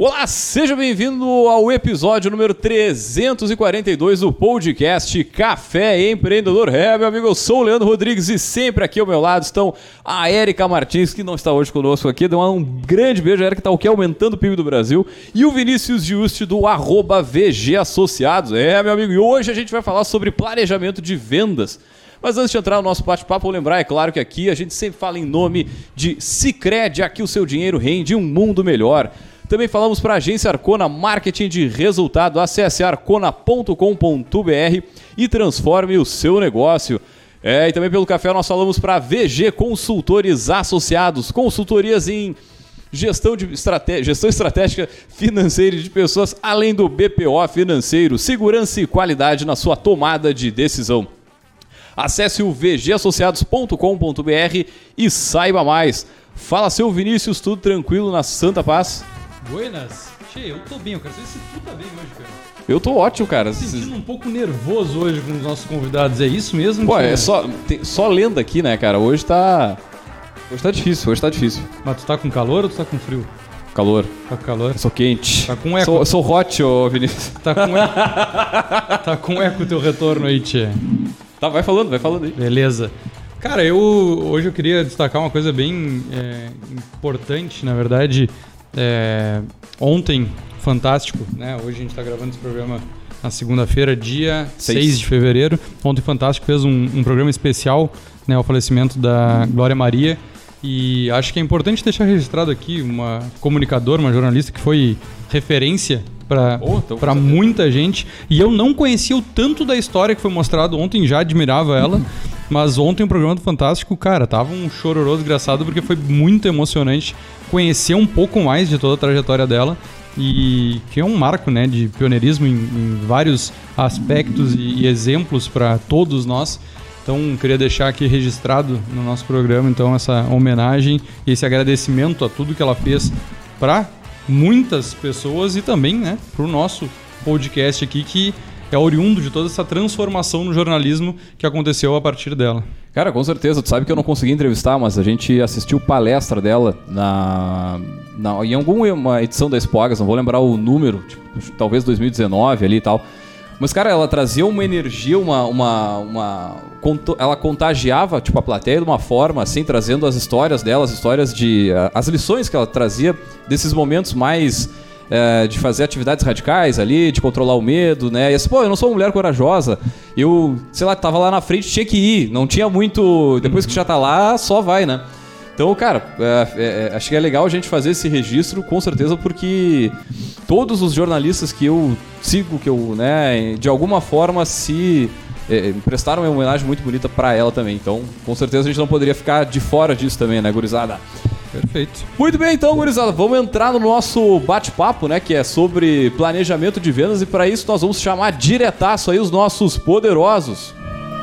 Olá, seja bem-vindo ao episódio número 342 do podcast Café Empreendedor. Meu amigo, eu sou o Leandro Rodrigues e sempre aqui ao meu lado estão a Érica Martins, que não está hoje conosco aqui. Dá um grande beijo, a Érica está o que? Aumentando o PIB do Brasil. E o Vinícius Giusti do @VG Associados. Meu amigo, e hoje a gente vai falar sobre planejamento de vendas. Mas antes de entrar no nosso bate-papo, vou lembrar, é claro que aqui a gente sempre fala em nome de Sicredi, aqui o seu dinheiro rende um mundo melhor. Também falamos para a agência Arcona Marketing de Resultado. Acesse arcona.com.br e transforme o seu negócio. E também pelo café nós falamos para VG Consultores Associados, consultorias em gestão estratégica financeira de pessoas, além do BPO financeiro, segurança e qualidade na sua tomada de decisão. Acesse o vgassociados.com.br e saiba mais. Fala, seu Vinícius, tudo tranquilo na Santa Paz? Buenas. Eu tô bem, eu quero saber se tu tá bem hoje, cara. Eu tô ótimo, cara. Tô sentindo um pouco nervoso hoje com os nossos convidados, é isso mesmo? Pô, é só lenda aqui, né, cara? Hoje tá difícil. Mas tu tá com calor ou tu tá com frio? Calor. Tá com calor? Eu sou quente. Tá com eco. Sou hot, ô Vinícius. Tá com eco o teu retorno aí, tchê. Tá, vai falando aí. Beleza. Cara, hoje eu queria destacar uma coisa bem importante, na verdade. Ontem, fantástico, né? Hoje a gente tá gravando esse programa na segunda-feira, dia 6 de fevereiro. Ontem, Fantástico fez um programa especial, né, ao falecimento da Glória Maria. E acho que é importante deixar registrado aqui uma comunicadora, uma jornalista que foi referência para muita gente. E eu não conhecia o tanto da história que foi mostrado ontem, já admirava ela. Mas ontem o programa do Fantástico, cara, tava um chororô desgraçado porque foi muito emocionante conhecer um pouco mais de toda a trajetória dela. E que é um marco, né, de pioneirismo em vários aspectos e exemplos para todos nós. Então, queria deixar aqui registrado no nosso programa, então, essa homenagem e esse agradecimento a tudo que ela fez para muitas pessoas e também, né, para o nosso podcast aqui, que é oriundo de toda essa transformação no jornalismo que aconteceu a partir dela. Cara, com certeza. Tu sabe que eu não consegui entrevistar, mas a gente assistiu palestra dela em alguma edição da Expogas, não vou lembrar o número, tipo, talvez 2019 ali e tal. Mas, cara, ela trazia uma energia, ela contagiava, tipo, a plateia de uma forma, assim, trazendo as histórias dela, as lições que ela trazia desses momentos mais de fazer atividades radicais ali, de controlar o medo, né? E assim, eu não sou uma mulher corajosa, eu, sei lá, tava lá na frente, tinha que ir, não tinha muito, depois que já tá lá, só vai, né? Então, cara, acho que é legal a gente fazer esse registro, com certeza, porque todos os jornalistas que eu sigo, que eu, né, de alguma forma prestaram uma homenagem muito bonita pra ela também. Então, com certeza a gente não poderia ficar de fora disso também, né, gurizada? Perfeito. Muito bem, então, gurizada, vamos entrar no nosso bate-papo, né, que é sobre planejamento de vendas, e para isso nós vamos chamar diretaço aí os nossos poderosos.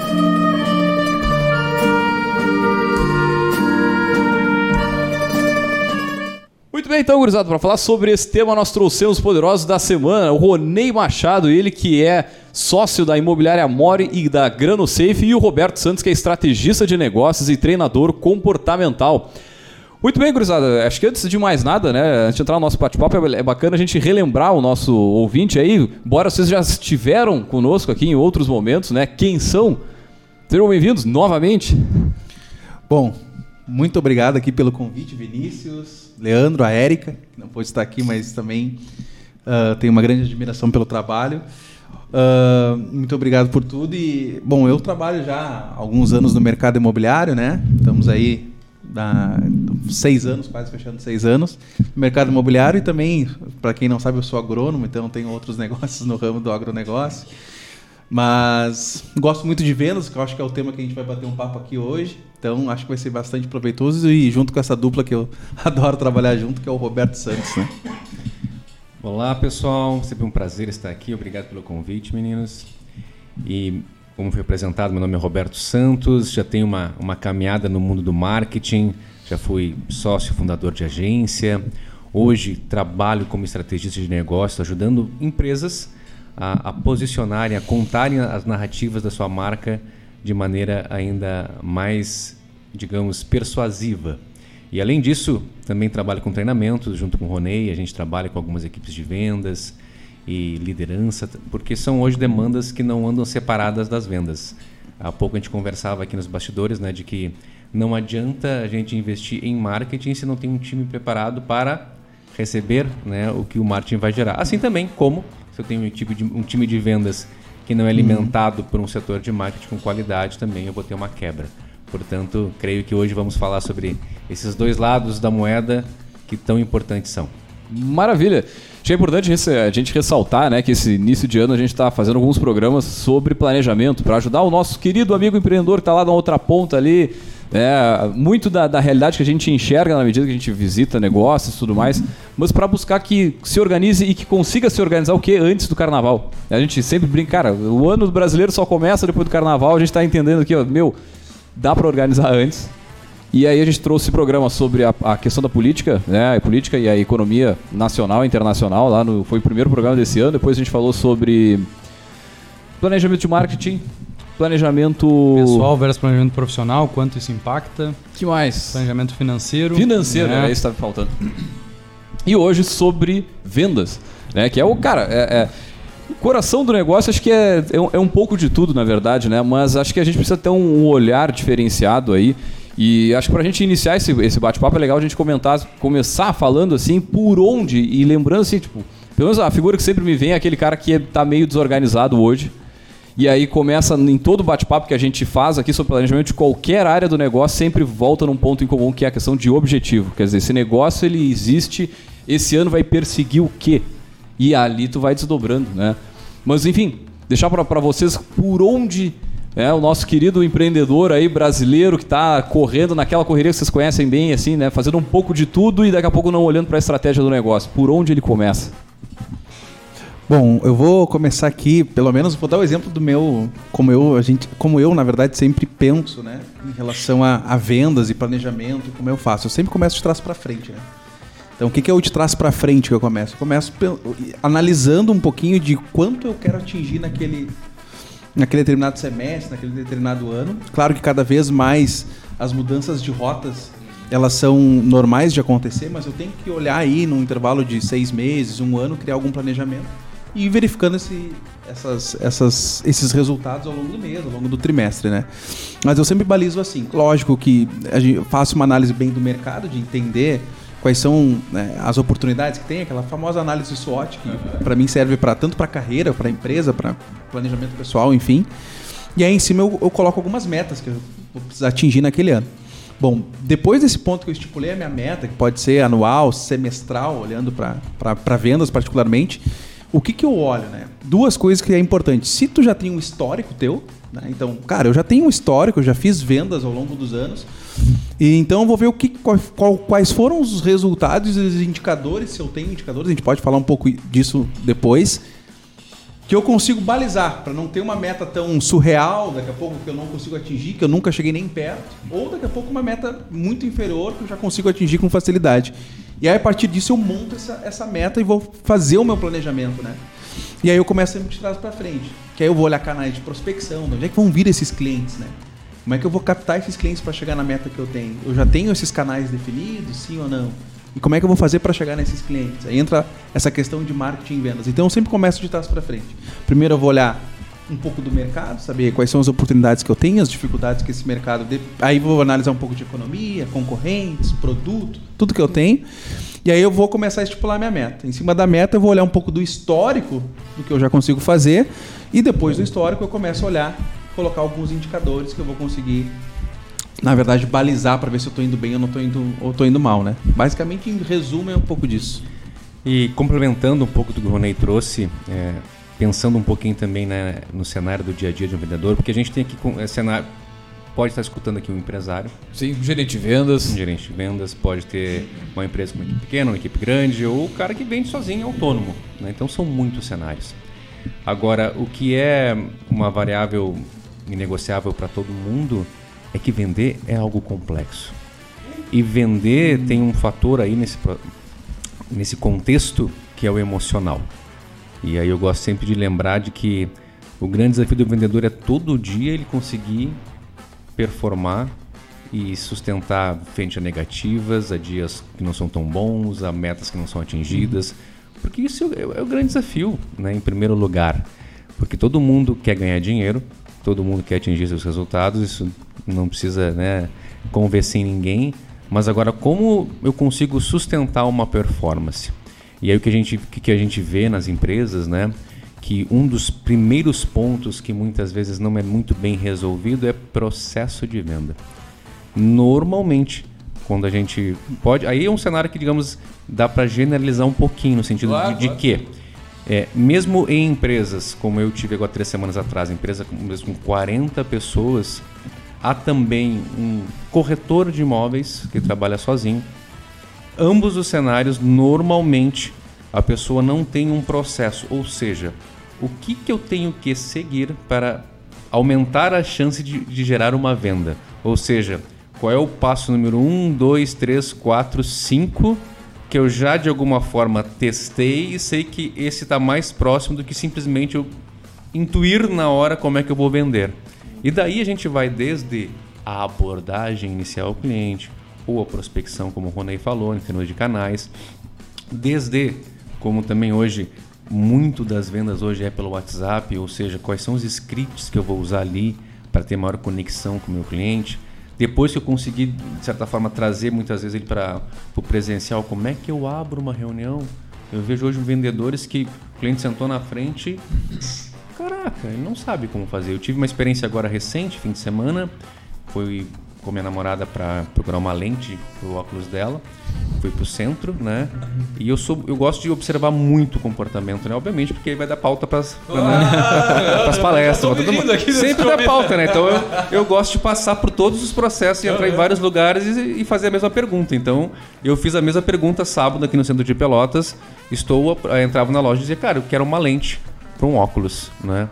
Muito bem, então, gurizada, para falar sobre esse tema nós trouxemos os poderosos da semana, o Ronei Machado, ele que é sócio da Imobiliária More e da GranoSafe, e o Roberto Santos, que é estrategista de negócios e treinador comportamental. Muito bem, gurizada, acho que antes de mais nada, né, antes de entrar no nosso bate-papo, é bacana a gente relembrar o nosso ouvinte aí, embora vocês já estiveram conosco aqui em outros momentos, né, quem são? Sejam bem-vindos novamente. Bom, muito obrigado aqui pelo convite, Vinícius, Leandro, a Érica, que não pôde estar aqui, mas também tenho uma grande admiração pelo trabalho. Muito obrigado por tudo. E, bom, eu trabalho já há alguns anos no mercado imobiliário, né? Estamos aí há 6 anos, quase fechando 6 anos, no mercado imobiliário. E também, para quem não sabe, eu sou agrônomo, então tenho outros negócios no ramo do agronegócio. Mas gosto muito de vendas, que eu acho que é o tema que a gente vai bater um papo aqui hoje. Então, acho que vai ser bastante proveitoso, e junto com essa dupla que eu adoro trabalhar junto, que é o Roberto Santos, né? Olá, pessoal. Sempre um prazer estar aqui. Obrigado pelo convite, meninos. E, como foi apresentado, meu nome é Roberto Santos. Já tenho uma caminhada no mundo do marketing. Já fui sócio fundador de agência. Hoje, trabalho como estrategista de negócios, ajudando empresas a posicionarem, a contarem as narrativas da sua marca de maneira ainda mais, digamos, persuasiva. E além disso, também trabalho com treinamentos junto com o Ronei, a gente trabalha com algumas equipes de vendas e liderança, porque são hoje demandas que não andam separadas das vendas. Há pouco a gente conversava aqui nos bastidores, né, de que não adianta a gente investir em marketing se não tem um time preparado para receber, né, o que o marketing vai gerar. Assim também como se eu tenho um time de vendas que não é alimentado por um setor de marketing com qualidade, também eu vou ter uma quebra. Portanto, creio que hoje vamos falar sobre esses dois lados da moeda que tão importantes são. Maravilha! Acho que é importante a gente ressaltar, né, que esse início de ano a gente está fazendo alguns programas sobre planejamento para ajudar o nosso querido amigo empreendedor que está lá na outra ponta ali. Muito da realidade que a gente enxerga na medida que a gente visita negócios e tudo mais, mas para buscar que se organize e que consiga se organizar o quê? Antes do carnaval. A gente sempre brinca, cara, o ano brasileiro só começa depois do carnaval, a gente está entendendo aqui, ó, dá para organizar antes. E aí a gente trouxe esse programa sobre a questão da política, né? A política e a economia nacional e internacional. Foi o primeiro programa desse ano. Depois a gente falou sobre planejamento de marketing, planejamento pessoal versus planejamento profissional, quanto isso impacta. Que mais? Planejamento financeiro. Financeiro, né? Isso estava faltando. E hoje sobre vendas, né? Que é o o coração do negócio. Acho que é um pouco de tudo, na verdade, né? Mas acho que a gente precisa ter um olhar diferenciado aí. E acho que para a gente iniciar esse bate-papo é legal a gente começar falando assim por onde, e lembrando assim, tipo, pelo menos a figura que sempre me vem é aquele cara que está meio desorganizado hoje. E aí começa em todo bate-papo que a gente faz aqui sobre planejamento de qualquer área do negócio, sempre volta num ponto em comum, que é a questão de objetivo. Quer dizer, esse negócio ele existe, esse ano vai perseguir o quê? E ali tu vai desdobrando, né? Mas enfim, deixar para vocês por onde o nosso querido empreendedor aí brasileiro que está correndo naquela correria que vocês conhecem bem, assim, né? Fazendo um pouco de tudo e daqui a pouco não olhando para a estratégia do negócio. Por onde ele começa? Bom, eu vou começar aqui, pelo menos vou dar o exemplo do meu, como eu na verdade sempre penso, né, em relação a vendas e planejamento, como eu faço. Eu sempre começo de trás para frente, né? Então, o que é o de trás para frente que eu começo? Eu começo analisando um pouquinho de quanto eu quero atingir naquele determinado semestre, naquele determinado ano. Claro que cada vez mais as mudanças de rotas elas são normais de acontecer, mas eu tenho que olhar aí num intervalo de 6 meses, 1 ano, criar algum planejamento e ir verificando esses resultados ao longo do mês, ao longo do trimestre, né? Mas eu sempre balizo assim. Lógico que eu faço uma análise bem do mercado, de entender quais são, né, as oportunidades que tem, aquela famosa análise SWOT, que para mim serve tanto para carreira, para empresa, para planejamento pessoal, enfim. E aí em cima eu coloco algumas metas que eu vou precisar atingir naquele ano. Bom, depois desse ponto que eu estipulei a minha meta, que pode ser anual, semestral, olhando para vendas particularmente, o que eu olho, né? 2 coisas que é importante. Se tu já tem um histórico teu, né? Então, cara, eu já tenho um histórico, eu já fiz vendas ao longo dos anos, e então eu vou ver quais foram os resultados e os indicadores, se eu tenho indicadores, a gente pode falar um pouco disso depois, que eu consigo balizar, para não ter uma meta tão surreal, daqui a pouco que eu não consigo atingir, que eu nunca cheguei nem perto, ou daqui a pouco uma meta muito inferior que eu já consigo atingir com facilidade. E aí, a partir disso, eu monto essa meta e vou fazer o meu planejamento, né? E aí eu começo sempre de trás para frente. Que aí eu vou olhar canais de prospecção, de onde é que vão vir esses clientes, né? Como é que eu vou captar esses clientes para chegar na meta que eu tenho? Eu já tenho esses canais definidos, sim ou não? E como é que eu vou fazer para chegar nesses clientes? Aí entra essa questão de marketing e vendas. Então eu sempre começo de trás para frente. Primeiro eu vou olhar um pouco do mercado, saber quais são as oportunidades que eu tenho, as dificuldades que esse mercado... Aí vou analisar um pouco de economia, concorrentes, produto, tudo que eu tenho. E aí eu vou começar a estipular a minha meta. Em cima da meta eu vou olhar um pouco do histórico do que eu já consigo fazer. E depois do histórico eu começo a olhar, colocar alguns indicadores que eu vou conseguir, na verdade, balizar para ver se eu estou indo bem ou estou indo mal, né? Basicamente, em resumo, é um pouco disso. E complementando um pouco do que o Ronei trouxe, pensando um pouquinho também, né, no cenário do dia a dia de um vendedor, porque a gente tem aqui cenário, pode estar escutando aqui um empresário. Sim, um gerente de vendas. Um gerente de vendas, pode ter uma empresa com uma equipe pequena, uma equipe grande, ou o cara que vende sozinho, autônomo, né? Então são muitos cenários. Agora, o que é uma variável inegociável para todo mundo é que vender é algo complexo. E vender tem um fator aí nesse contexto que é o emocional. E aí eu gosto sempre de lembrar de que o grande desafio do vendedor é todo dia ele conseguir performar e sustentar frente a negativas, a dias que não são tão bons, a metas que não são atingidas, porque isso é o grande desafio, né, em primeiro lugar, porque todo mundo quer ganhar dinheiro, todo mundo quer atingir seus resultados, isso não precisa, né, convencer ninguém, mas agora como eu consigo sustentar uma performance? E aí o que a gente vê nas empresas, né, que um dos primeiros pontos que muitas vezes não é muito bem resolvido é processo de venda. Normalmente, quando a gente pode... Aí é um cenário que, digamos, dá para generalizar um pouquinho, no sentido de que, mesmo em empresas, como eu tive agora 3 semanas atrás, empresa com 40 pessoas, há também um corretor de imóveis que trabalha sozinho. Ambos os cenários, normalmente, a pessoa não tem um processo, ou seja, o que eu tenho que seguir para aumentar a chance de gerar uma venda? Ou seja, qual é o passo número 1, 2, 3, 4, 5 que eu já de alguma forma testei e sei que esse está mais próximo do que simplesmente eu intuir na hora como é que eu vou vender. E daí a gente vai desde a abordagem inicial ao cliente, ou a prospecção, como o Ronei falou, em termos de canais, desde, como também hoje, muito das vendas hoje é pelo WhatsApp, ou seja, quais são os scripts que eu vou usar ali para ter maior conexão com o meu cliente. Depois que eu consegui, de certa forma, trazer muitas vezes ele para o presencial, como é que eu abro uma reunião? Eu vejo hoje vendedores que o cliente sentou na frente, caraca, ele não sabe como fazer. Eu tive uma experiência agora recente, fim de semana, fui com minha namorada para procurar uma lente para o óculos dela, fui para o centro, né? E eu gosto de observar muito o comportamento, né? Obviamente, porque aí vai dar pauta para as palestras. Sempre dá pauta, né? Então eu gosto de passar por todos os processos e entrar em vários lugares e fazer a mesma pergunta. Então eu fiz a mesma pergunta sábado aqui no centro de Pelotas. Entrava na loja e dizia, cara, eu quero uma lente para um óculos, né?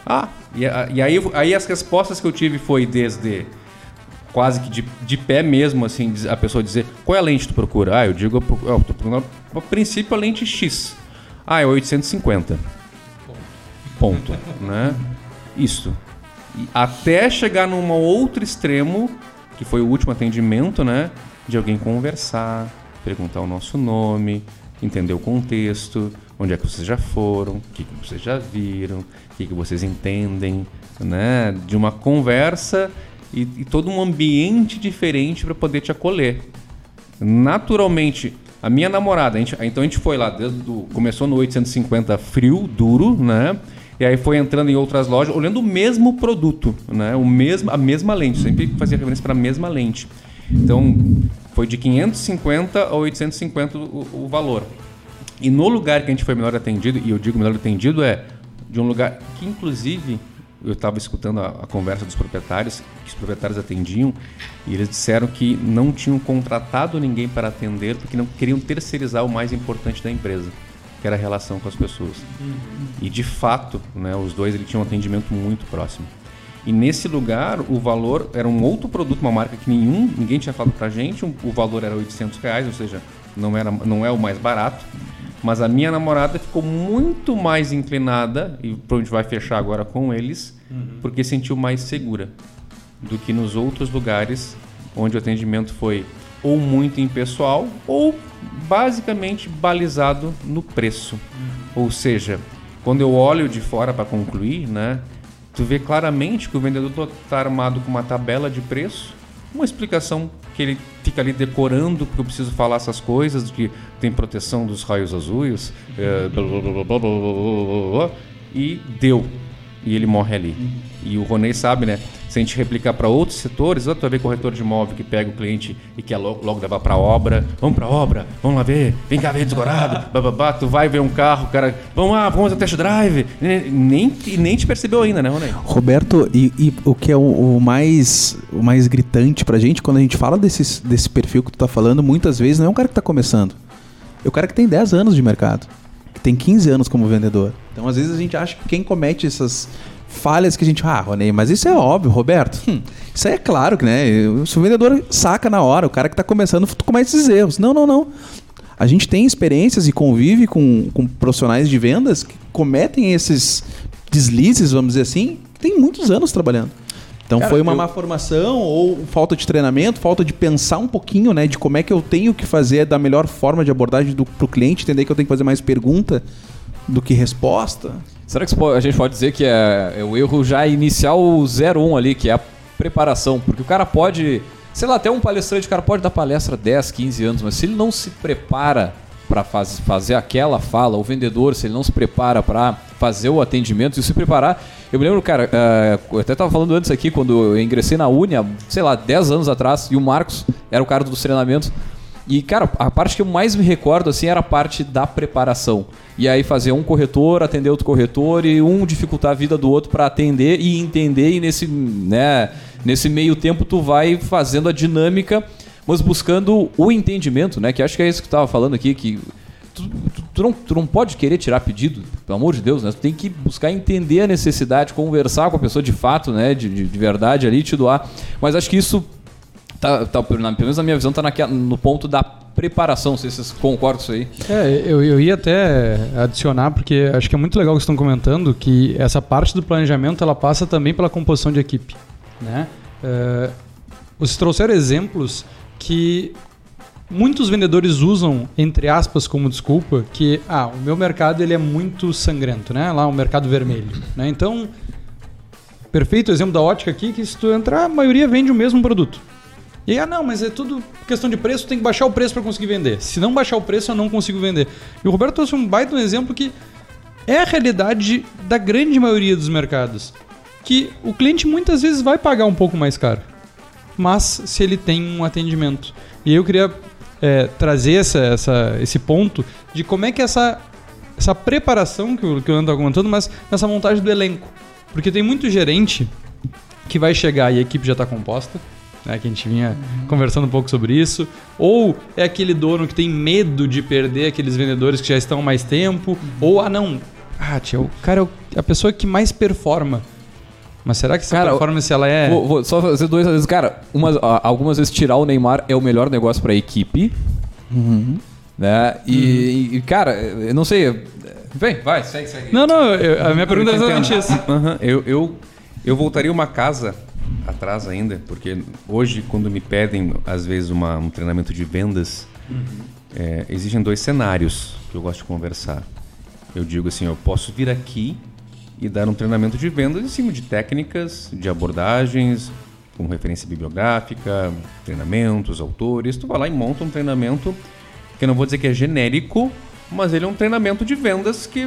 E aí as respostas que eu tive foi desde quase que de pé mesmo, assim, a pessoa dizer, qual é a lente que tu procura? Eu digo, eu tô procurando, a princípio, a lente X. É 850. Ponto. Né? Isso. E até chegar num outro extremo, que foi o último atendimento, né? De alguém conversar, perguntar o nosso nome, entender o contexto, onde é que vocês já foram, o que vocês já viram, o que vocês entendem, né? De uma conversa e todo um ambiente diferente para poder te acolher. Naturalmente, a minha namorada, então a gente foi lá, começou no 850 frio, duro, né? E aí foi entrando em outras lojas, olhando o mesmo produto, né? A mesma lente, sempre fazia referência para a mesma lente. Então, foi de 550 a 850 o valor. E no lugar que a gente foi melhor atendido, e eu digo melhor atendido de um lugar que, inclusive, eu estava escutando a conversa dos proprietários, que os proprietários atendiam, e eles disseram que não tinham contratado ninguém para atender, porque não queriam terceirizar o mais importante da empresa, que era a relação com as pessoas. E, de fato, né, os dois tinham um atendimento muito próximo. E nesse lugar, o valor era um outro produto, uma marca que ninguém tinha falado para a gente, o valor era R$800, ou seja, não é o mais barato. Mas a minha namorada ficou muito mais inclinada, e para onde vai fechar agora com eles, porque sentiu mais segura do que nos outros lugares onde o atendimento foi ou muito impessoal ou basicamente balizado no preço. Ou seja, quando eu olho de fora para concluir, né, tu vê claramente que o vendedor está armado com uma tabela de preço, uma explicação que ele fica ali decorando, porque eu preciso falar essas coisas, que tem proteção dos raios azuis, e deu. E ele morre ali. E o Ronei sabe, né? Se a gente replicar para outros setores, tu vai ver corretor de imóvel que pega o cliente e quer logo levar para obra. Vamos para obra, vamos lá ver, vem cá ver desgorado, tu vai ver um carro, cara, vamos ao test drive. Nem te percebeu ainda, né, Ronei? Roberto, e o que é o mais gritante pra gente, quando a gente fala desse perfil que tu tá falando, muitas vezes não é um cara que tá começando. É o cara que tem 10 anos de mercado, que tem 15 anos como vendedor. Então, às vezes, a gente acha que quem comete essas falhas que a gente... Ronei, mas isso é óbvio, Roberto. Isso aí é claro que, né? Se o vendedor saca na hora, o cara que está começando, tu comete esses erros. Não. A gente tem experiências e convive com profissionais de vendas que cometem esses deslizes, vamos dizer assim, que tem muitos anos trabalhando. Então foi uma má formação ou falta de treinamento, falta de pensar um pouquinho, né, de como é que eu tenho que fazer da melhor forma de abordagem pro cliente, entender que eu tenho que fazer mais pergunta do que resposta. Será que a gente pode dizer que é o erro já inicial 01 ali, que é a preparação? Porque o cara pode, sei lá, até um palestrante, o cara pode dar palestra 10, 15 anos, mas se ele não se prepara para fazer aquela fala, o vendedor, se ele não se prepara para fazer o atendimento e se preparar... Eu me lembro, cara, eu até estava falando antes aqui, quando eu ingressei na Uni, sei lá, 10 anos atrás, e o Marcos era o cara dos treinamentos. E, cara, a parte que eu mais me recordo, assim, era a parte da preparação. E aí fazer um corretor, atender outro corretor e um dificultar a vida do outro para atender e entender. E nesse meio tempo tu vai fazendo a dinâmica, mas buscando o entendimento, né? Que acho que é isso que tu estava falando aqui, que... Tu não pode querer tirar pedido, pelo amor de Deus, né? Tu tem que buscar entender a necessidade, conversar com a pessoa de fato, né? De verdade ali, te doar. Mas acho que isso, pelo menos na minha visão, tá no ponto da preparação. Não sei se vocês concordam com isso aí. Eu ia até adicionar, porque acho que é muito legal o que vocês estão comentando, que essa parte do planejamento, ela passa também pela composição de equipe, né? Vocês trouxeram exemplos que... muitos vendedores usam, entre aspas, como desculpa, que o meu mercado ele é muito sangrento, né? Lá o mercado vermelho, né? Então, perfeito exemplo da ótica aqui, que se tu entrar, a maioria vende o mesmo produto. E aí, não, mas é tudo questão de preço, tem que baixar o preço para conseguir vender. Se não baixar o preço, eu não consigo vender. E o Roberto trouxe um baita exemplo que é a realidade da grande maioria dos mercados. Que o cliente muitas vezes vai pagar um pouco mais caro, mas se ele tem um atendimento. E aí eu queria... trazer esse ponto de como é que essa preparação que o Leandro está comentando, mas nessa montagem do elenco. Porque tem muito gerente que vai chegar e a equipe já está composta, né, que a gente vinha conversando um pouco sobre isso, ou é aquele dono que tem medo de perder aqueles vendedores que já estão há mais tempo, ou o cara é a pessoa que mais performa. Mas será que essa performance ela é... Vou só fazer duas vezes. Cara, algumas vezes tirar o Neymar é o melhor negócio pra equipe. Né? E, cara, eu não sei... Vem, vai, segue. Não, a minha pergunta é exatamente essa. Eu voltaria uma casa atrás ainda, porque hoje, quando me pedem, às vezes, um treinamento de vendas, existem 2 cenários que eu gosto de conversar. Eu digo assim, eu posso vir aqui e dar um treinamento de vendas em cima de técnicas, de abordagens, com referência bibliográfica, treinamentos, autores. Tu vai lá e monta um treinamento que eu não vou dizer que é genérico, mas ele é um treinamento de vendas que,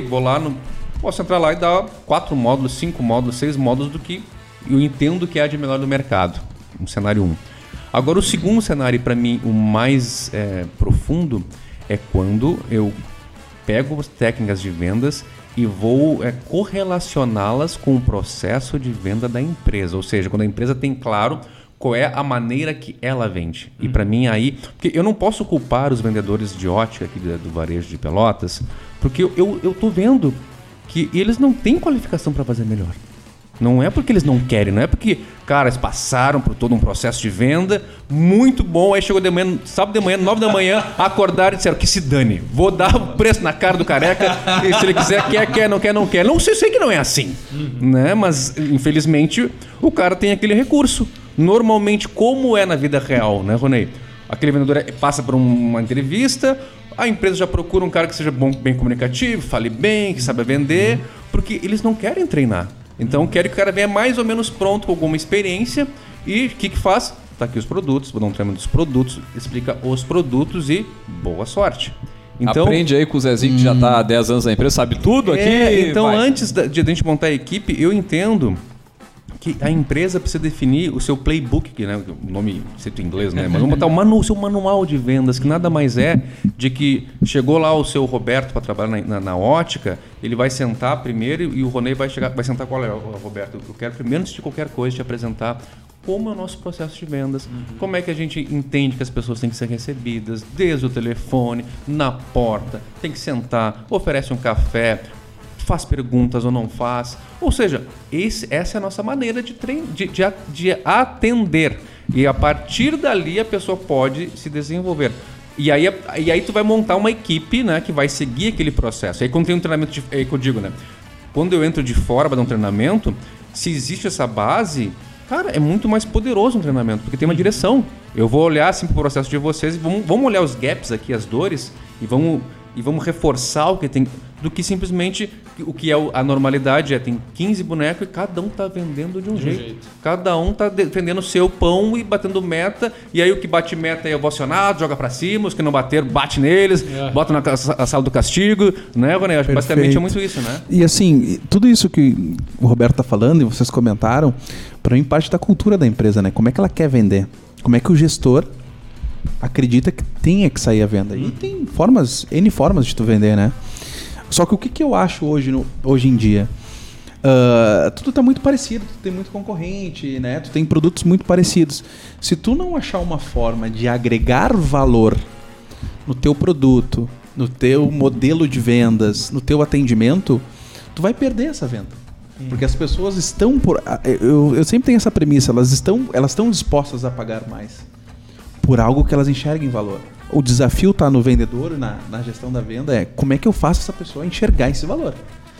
posso entrar lá e dar 4 módulos, 5 módulos, 6 módulos do que eu entendo que há de melhor no mercado. Um cenário 1. Agora, o segundo cenário, para mim, o mais profundo, é quando eu pego as técnicas de vendas e vou correlacioná-las com o processo de venda da empresa. Ou seja, quando a empresa tem claro qual é a maneira que ela vende. E para mim aí... Porque eu não posso culpar os vendedores de ótica aqui do varejo de Pelotas, porque eu tô vendo que eles não têm qualificação para fazer melhor. Não é porque eles não querem, não é porque, cara, eles passaram por todo um processo de venda muito bom, aí chegou de manhã, sábado de manhã, 9 da manhã, acordaram e disseram que se dane, vou dar o preço na cara do careca, e se ele quiser, quer, não quer, não quer. Não sei que não é assim, né? Mas, infelizmente, o cara tem aquele recurso. Normalmente, como é na vida real, né, Ronei? Aquele vendedor passa por uma entrevista, a empresa já procura um cara que seja bem comunicativo, fale bem, que saiba vender, porque eles não querem treinar. Então, quero que o cara venha mais ou menos pronto com alguma experiência e o que faz? Tá aqui os produtos, vou dar um treinamento dos produtos, explica os produtos e boa sorte. Então, aprende aí com o Zezinho que já está há 10 anos na empresa, sabe tudo aqui. Então, antes de a gente montar a equipe, eu entendo que a empresa precisa definir o seu playbook, que, né, o nome cito em inglês, né? Mas vamos botar o seu manual de vendas, que nada mais é de que chegou lá o seu Roberto para trabalhar na ótica, ele vai sentar primeiro e o Ronei vai sentar com o Roberto. Eu quero primeiro, antes de qualquer coisa, te apresentar como é o nosso processo de vendas, como é que a gente entende que as pessoas têm que ser recebidas, desde o telefone, na porta, tem que sentar, oferece um café, faz perguntas ou não faz. Ou seja, essa é a nossa maneira de atender. E a partir dali a pessoa pode se desenvolver. E aí tu vai montar uma equipe, né, que vai seguir aquele processo. Aí quando tem um treinamento, é que eu digo, né? Quando eu entro de fora para dar um treinamento, se existe essa base, Cara, é muito mais poderoso um treinamento, porque tem uma direção. Eu vou olhar assim pro processo de vocês e vamos olhar os gaps aqui, as dores, e vamos reforçar o que tem, do que simplesmente o que é a normalidade. Tem 15 bonecos e cada um tá vendendo de um jeito. Cada um tá defendendo o seu pão e batendo meta, e aí o que bate meta é ovacionado, joga pra cima, os que não bateram, bate neles, bota na sala do castigo, né, Rony? Acho que basicamente é muito isso, né? E assim, tudo isso que o Roberto tá falando e vocês comentaram, para mim parte da cultura da empresa, né? Como é que ela quer vender? Como é que o gestor acredita que tenha que sair a venda? E tem N formas de tu vender, né? Só que o que eu acho hoje em dia? Tudo tá muito parecido, tu tem muito concorrente, né? Tu tem produtos muito parecidos. Se tu não achar uma forma de agregar valor no teu produto, no teu modelo de vendas, no teu atendimento, tu vai perder essa venda. Porque as pessoas estão eu sempre tenho essa premissa, elas estão dispostas a pagar mais por algo que elas enxerguem valor. O desafio está no vendedor, na gestão da venda, como é que eu faço essa pessoa enxergar esse valor.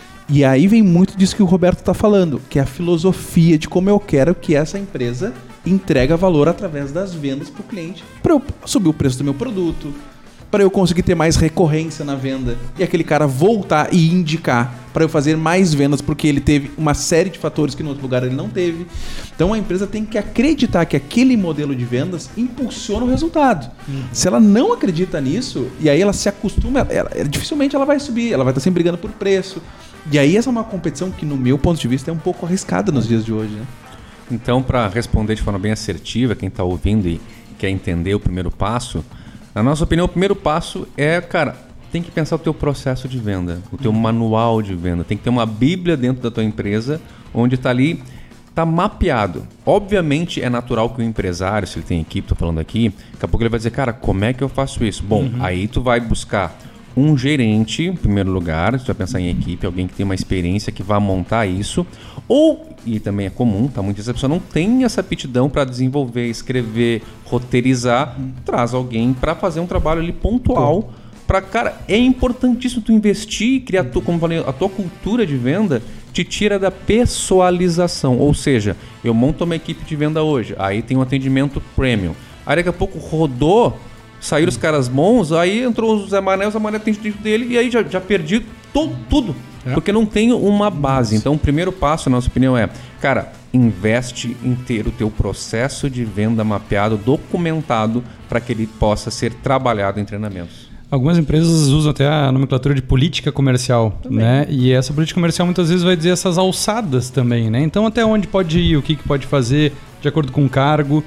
E aí vem muito disso que o Roberto está falando, que é a filosofia de como eu quero que essa empresa entregue valor através das vendas para o cliente, para eu subir o preço do meu produto, para eu conseguir ter mais recorrência na venda e aquele cara voltar e indicar para eu fazer mais vendas porque ele teve uma série de fatores que no outro lugar ele não teve. Então a empresa tem que acreditar que aquele modelo de vendas impulsiona o resultado. Se ela não acredita nisso, e aí ela se acostuma, dificilmente ela vai subir, ela vai estar sempre brigando por preço. E aí essa é uma competição que, no meu ponto de vista, é um pouco arriscada nos dias de hoje, né? Então, para responder de forma bem assertiva, quem está ouvindo e quer entender o primeiro passo, na nossa opinião, o primeiro passo é, cara, tem que pensar o teu processo de venda, o teu manual de venda. Tem que ter uma bíblia dentro da tua empresa, onde está ali, está mapeado. Obviamente é natural que o empresário, se ele tem equipe, estou falando aqui, daqui a pouco ele vai dizer, cara, como é que eu faço isso? Bom, aí tu vai buscar um gerente, em primeiro lugar, se tu vai pensar em equipe, alguém que tem uma experiência que vai montar isso, ou, e também é comum, tá? Muitas pessoas não têm essa aptidão para desenvolver, escrever, roteirizar, traz alguém para fazer um trabalho ali pontual, para, cara, é importantíssimo tu investir e criar, como eu falei, a tua cultura de venda te tira da pessoalização, ou seja, eu monto uma equipe de venda hoje, aí tem um atendimento premium, aí daqui a pouco rodou, saíram os caras bons, aí entrou o Zé Mané tem o dele e aí já perdi tudo. Porque não tenho uma base. Então o primeiro passo, na nossa opinião, é, cara, investe em ter o teu processo de venda mapeado, documentado, para que ele possa ser trabalhado em treinamentos. Algumas empresas usam até a nomenclatura de política comercial, né? E essa política comercial muitas vezes vai dizer essas alçadas também, né? Então até onde pode ir, o que pode fazer, de acordo com o cargo.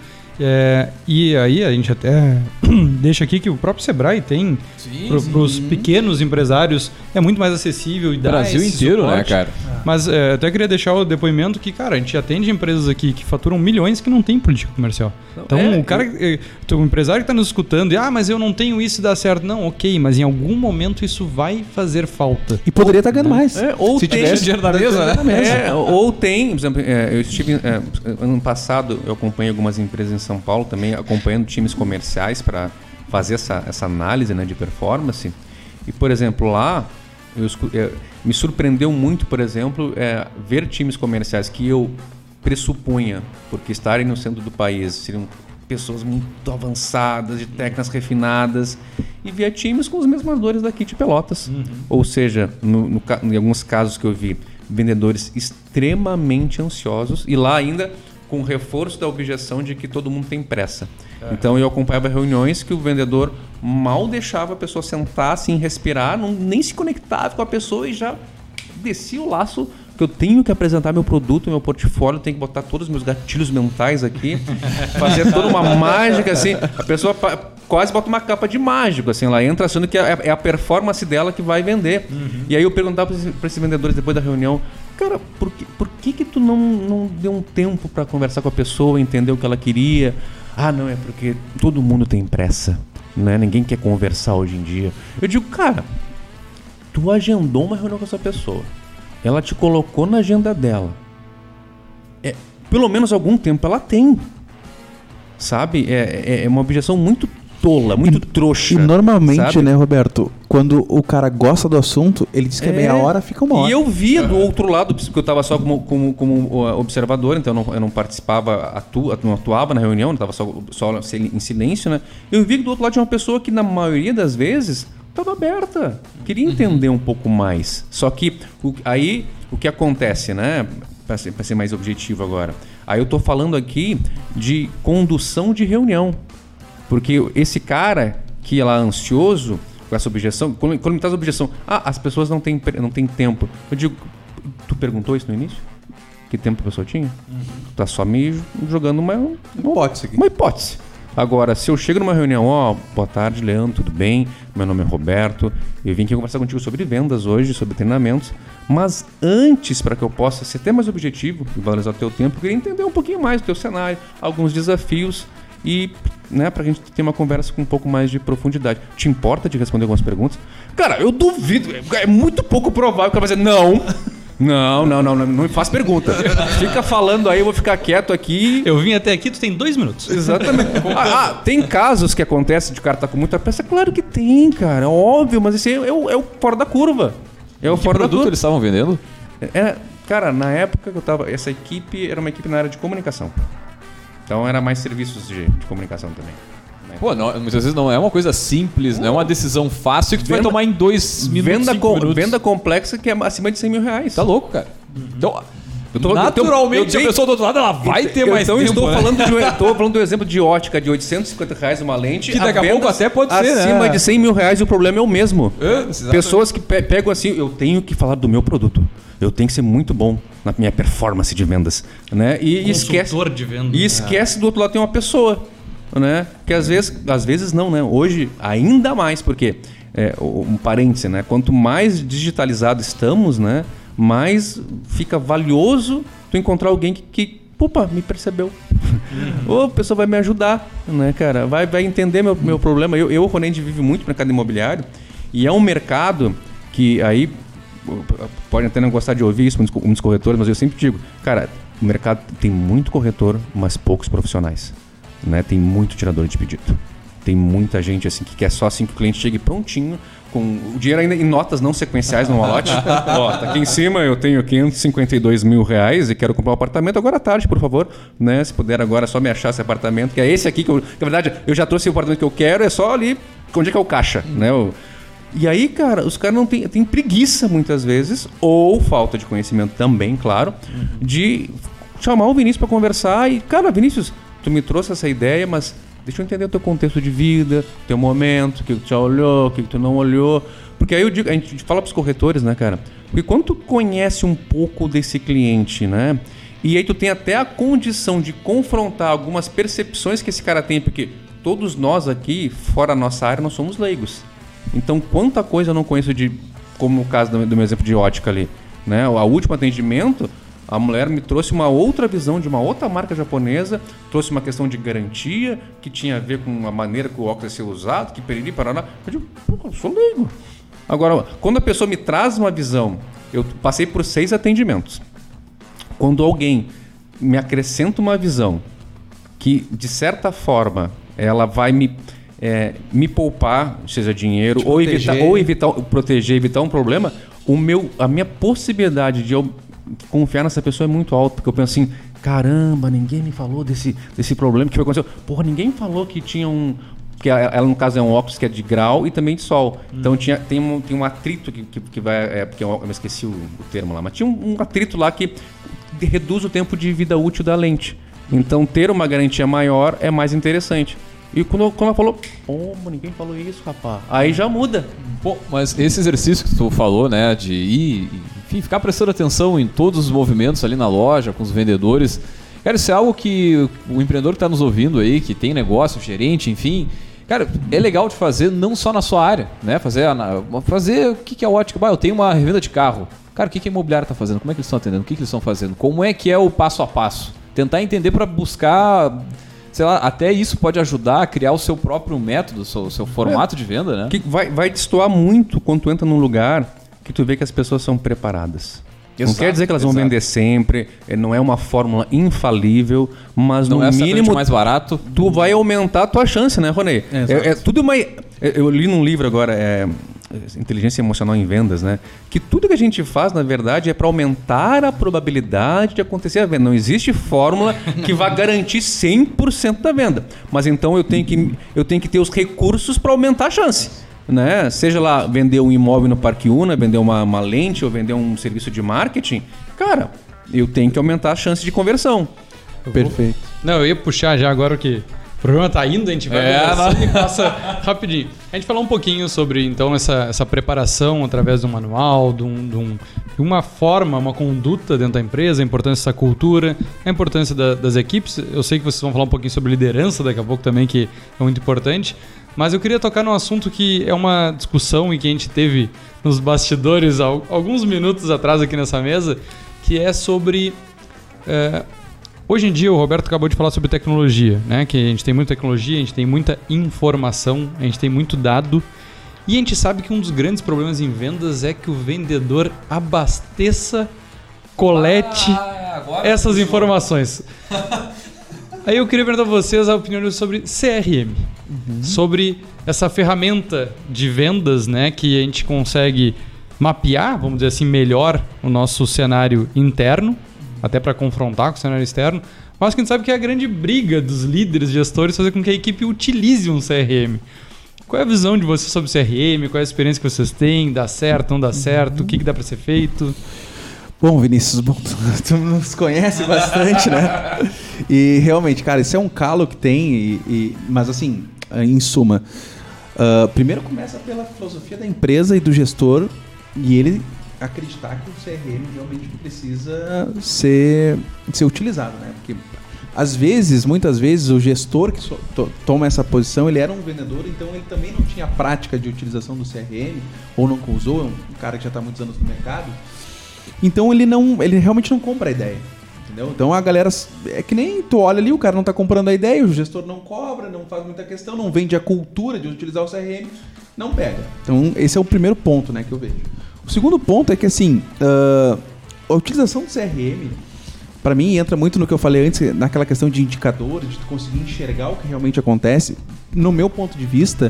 E aí a gente até deixa aqui que o próprio Sebrae tem para os pequenos empresários, é muito mais acessível e dá Brasil esse inteiro, suporte, né, cara? Mas até queria deixar o depoimento que, cara, a gente atende empresas aqui que faturam milhões que não tem política comercial. Então o empresário que está nos escutando mas eu não tenho isso e dá certo. Não, ok, mas em algum momento isso vai fazer falta. E poderia estar ganhando mais. Ou se tivesse dinheiro na mesa, né? Ou tem, por exemplo, eu estive ano passado, eu acompanhei algumas empresas em São Paulo também, acompanhando times comerciais para fazer essa análise, né, de performance. E, por exemplo, lá me surpreendeu muito, por exemplo, ver times comerciais que eu pressupunha, porque estarem no centro do país, seriam pessoas muito avançadas, de técnicas refinadas, e via times com as mesmas dores daqui de Pelotas. Ou seja, em alguns casos que eu vi, vendedores extremamente ansiosos, e lá ainda com reforço da objeção de que todo mundo tem pressa. Então eu acompanhava reuniões que o vendedor mal deixava a pessoa sentar, sem respirar, nem se conectava com a pessoa e já descia o laço, que eu tenho que apresentar meu produto, meu portfólio, tenho que botar todos os meus gatilhos mentais aqui, fazer toda uma mágica, assim, a pessoa quase bota uma capa de mágico, assim, ela entra achando que é a performance dela que vai vender. E aí eu perguntava para esses vendedores depois da reunião, cara, por que tu não deu um tempo para conversar com a pessoa, entender o que ela queria? Não, é porque todo mundo tem pressa, né? Ninguém quer conversar hoje em dia. Eu digo, cara, tu agendou uma reunião com essa pessoa, ela te colocou na agenda dela, pelo menos algum tempo ela tem, sabe? É uma objeção muito tola, muito trouxa. E normalmente, sabe? né, Roberto, quando o cara gosta do assunto, ele diz que é meia hora, fica uma hora. E eu via do outro lado, porque eu estava só como observador, então eu não participava, não atuava na reunião, estava só em silêncio, né? Eu vi que do outro lado tinha uma pessoa que, na maioria das vezes, estava aberta, queria entender um pouco mais. Só que aí o que acontece, né? Para ser mais objetivo agora. Aí eu estou falando aqui de condução de reunião. Porque esse cara que é lá ansioso com essa objeção, quando me traz a objeção, as pessoas não têm tempo. Eu digo, tu perguntou isso no início? Que tempo a pessoa tinha? Tá só me jogando uma hipótese aqui. Uma hipótese. Agora, se eu chego numa reunião, boa tarde, Leandro, tudo bem? Meu nome é Roberto, eu vim aqui conversar contigo sobre vendas hoje, sobre treinamentos, mas antes, para que eu possa ser até mais objetivo e valorizar o teu tempo, eu queria entender um pouquinho mais do teu cenário, alguns desafios e, né, pra gente ter uma conversa com um pouco mais de profundidade. Te importa de responder algumas perguntas? Cara, eu duvido, é muito pouco provável que ela vai dizer não me faz pergunta. Fica falando aí, eu vou ficar quieto aqui. Eu vim até aqui, tu tem 2 minutos. Exatamente. Tem casos que acontecem de cara tá com muita pressa? Claro que tem, cara, óbvio, mas esse é o fora da curva. É o Que fora da produto curva. eles estavam vendendo? Cara, na época que eu tava, essa equipe era uma equipe na área de comunicação. Então era mais serviços de comunicação também. Né? Pô, muitas vezes não é uma coisa simples, não é uma decisão fácil que tu vai tomar em 2 minutos, 5 minutos. Venda complexa que é acima de 100 mil reais. Tá louco, cara. Então, Eu naturalmente, a pessoa do outro lado ela vai ter mais tempo. Estou né? falando do exemplo de ótica de R$850 uma lente. Que daqui a pouco até pode ser, né? Acima de 100 mil reais e o problema é o mesmo. Exatamente. Pessoas que pegam assim, eu tenho que falar do meu produto. Eu tenho que ser muito bom na minha performance de vendas. Né? E Consultor de vendas. E esquece do outro lado tem uma pessoa. Né? Que às vezes não, né? Hoje ainda mais, porque, um parêntese, né? Quanto mais digitalizado estamos, né? Mais fica valioso tu encontrar alguém que opa, me percebeu. A pessoa vai me ajudar, né, cara? Vai entender meu problema. O Ronende vive muito no mercado imobiliário e é um mercado que aí pode até não gostar de ouvir isso, muitos corretores, mas eu sempre digo, cara, o mercado tem muito corretor, mas poucos profissionais, né? Tem muito tirador de pedido. Tem muita gente assim que quer só assim que o cliente chegue prontinho, com o dinheiro ainda em notas não sequenciais no malote. Tá aqui em cima eu tenho 552 mil reais e quero comprar um apartamento agora à tarde, por favor. Né? Se puder agora só me achar esse apartamento, que é esse aqui, que na verdade eu já trouxe o apartamento que eu quero, é só ali onde é que é o caixa. Né? E aí, cara, os caras não têm preguiça muitas vezes, ou falta de conhecimento também, claro, de chamar o Vinícius para conversar e, cara, Vinícius, tu me trouxe essa ideia, mas deixa eu entender o teu contexto de vida, teu momento, o que tu já olhou, o que tu não olhou. Porque aí a gente fala pros corretores, né, cara? Porque quando tu conhece um pouco desse cliente, né? E aí tu tem até a condição de confrontar algumas percepções que esse cara tem, porque todos nós aqui, fora a nossa área, nós somos leigos. Então, quanta coisa eu não conheço como o caso do meu exemplo de ótica ali, né? O último atendimento, a mulher me trouxe uma outra visão de uma outra marca japonesa, trouxe uma questão de garantia, que tinha a ver com a maneira que o óculos ia ser usado, que periri, paraná. Eu digo, eu sou leigo. Agora, quando a pessoa me traz uma visão, eu passei por 6 atendimentos. Quando alguém me acrescenta uma visão que, de certa forma, ela vai me poupar, seja dinheiro, ou evitar um problema, a minha possibilidade de eu confiar nessa pessoa é muito alta, porque eu penso assim, caramba, ninguém me falou desse problema que aconteceu. Porra, ninguém falou que tinha que ela no caso é um óculos que é de grau e também de sol. Então tem um atrito que vai, porque eu me esqueci o termo lá, mas tinha um atrito lá que reduz o tempo de vida útil da lente. Então ter uma garantia maior é mais interessante. E quando ela falou, ninguém falou isso, rapaz. Aí já muda. Bom, mas esse exercício que tu falou, né, de ir, enfim, ficar prestando atenção em todos os movimentos ali na loja, com os vendedores, cara, isso é algo que o empreendedor que está nos ouvindo aí, que tem negócio, gerente, enfim, cara, é legal de fazer não só na sua área, né, fazer o que é ótica. Eu tenho uma revenda de carro. Cara, o que a imobiliária está fazendo? Como é que eles estão atendendo? O que eles estão fazendo? Como é que é o passo a passo? Tentar entender para buscar... Sei lá, até isso pode ajudar a criar o seu próprio método, o seu formato de venda, né? Que vai destoar muito quando tu entra num lugar que tu vê que as pessoas são preparadas. Não quer dizer que elas vão vender sempre, não é uma fórmula infalível, mas não no é mínimo mais barato. Tu vai aumentar a tua chance, né, Ronei? Tudo uma... Eu li num livro agora, Inteligência Emocional em Vendas, né? Que tudo que a gente faz, na verdade, é para aumentar a probabilidade de acontecer a venda. Não existe fórmula que vá garantir 100% da venda. Mas então eu tenho que ter os recursos para aumentar a chance. Né? Seja lá vender um imóvel no Parque Una, vender uma lente ou vender um serviço de marketing, cara, eu tenho que aumentar a chance de conversão. Perfeito. Não, eu ia puxar já agora que o programa tá indo, a gente vai conversando e passa rapidinho. A gente falou um pouquinho sobre então essa preparação através de um manual, de uma forma, uma conduta dentro da empresa, a importância dessa cultura, a importância das equipes. Eu sei que vocês vão falar um pouquinho sobre liderança daqui a pouco também, que é muito importante. Mas eu queria tocar num assunto que é uma discussão e que a gente teve nos bastidores alguns minutos atrás aqui nessa mesa, que é sobre... hoje em dia o Roberto acabou de falar sobre tecnologia, né? Que a gente tem muita tecnologia, a gente tem muita informação, a gente tem muito dado. E a gente sabe que um dos grandes problemas em vendas é que o vendedor abasteça, colete essas informações. Aí eu queria perguntar a vocês a opinião sobre CRM. Sobre essa ferramenta de vendas, né, que a gente consegue mapear, vamos dizer assim, melhor o nosso cenário interno, até para confrontar com o cenário externo, mas que a gente sabe que é a grande briga dos líderes, gestores, fazer com que a equipe utilize um CRM. Qual é a visão de vocês sobre CRM? Qual é a experiência que vocês têm? Dá certo, não dá certo? O que dá para ser feito? Bom, Vinícius, tu nos conhece bastante, né? E realmente, cara, isso é um calo que tem, mas assim, em suma, primeiro começa pela filosofia da empresa e do gestor e ele acreditar que o CRM realmente precisa ser utilizado, né? Porque muitas vezes, o gestor que toma essa posição, ele era um vendedor, então ele também não tinha prática de utilização do CRM, ou nunca usou, é um cara que já está há muitos anos no mercado. Então ele realmente não compra a ideia, entendeu? Então a galera, é que nem tu olha ali, o cara não está comprando a ideia, o gestor não cobra, não faz muita questão, não vende a cultura de utilizar o CRM, não pega. Então esse é o primeiro ponto, né, que eu vejo. O segundo ponto é que assim, a utilização do CRM, para mim, entra muito no que eu falei antes, naquela questão de indicadores, de tu conseguir enxergar o que realmente acontece. No meu ponto de vista,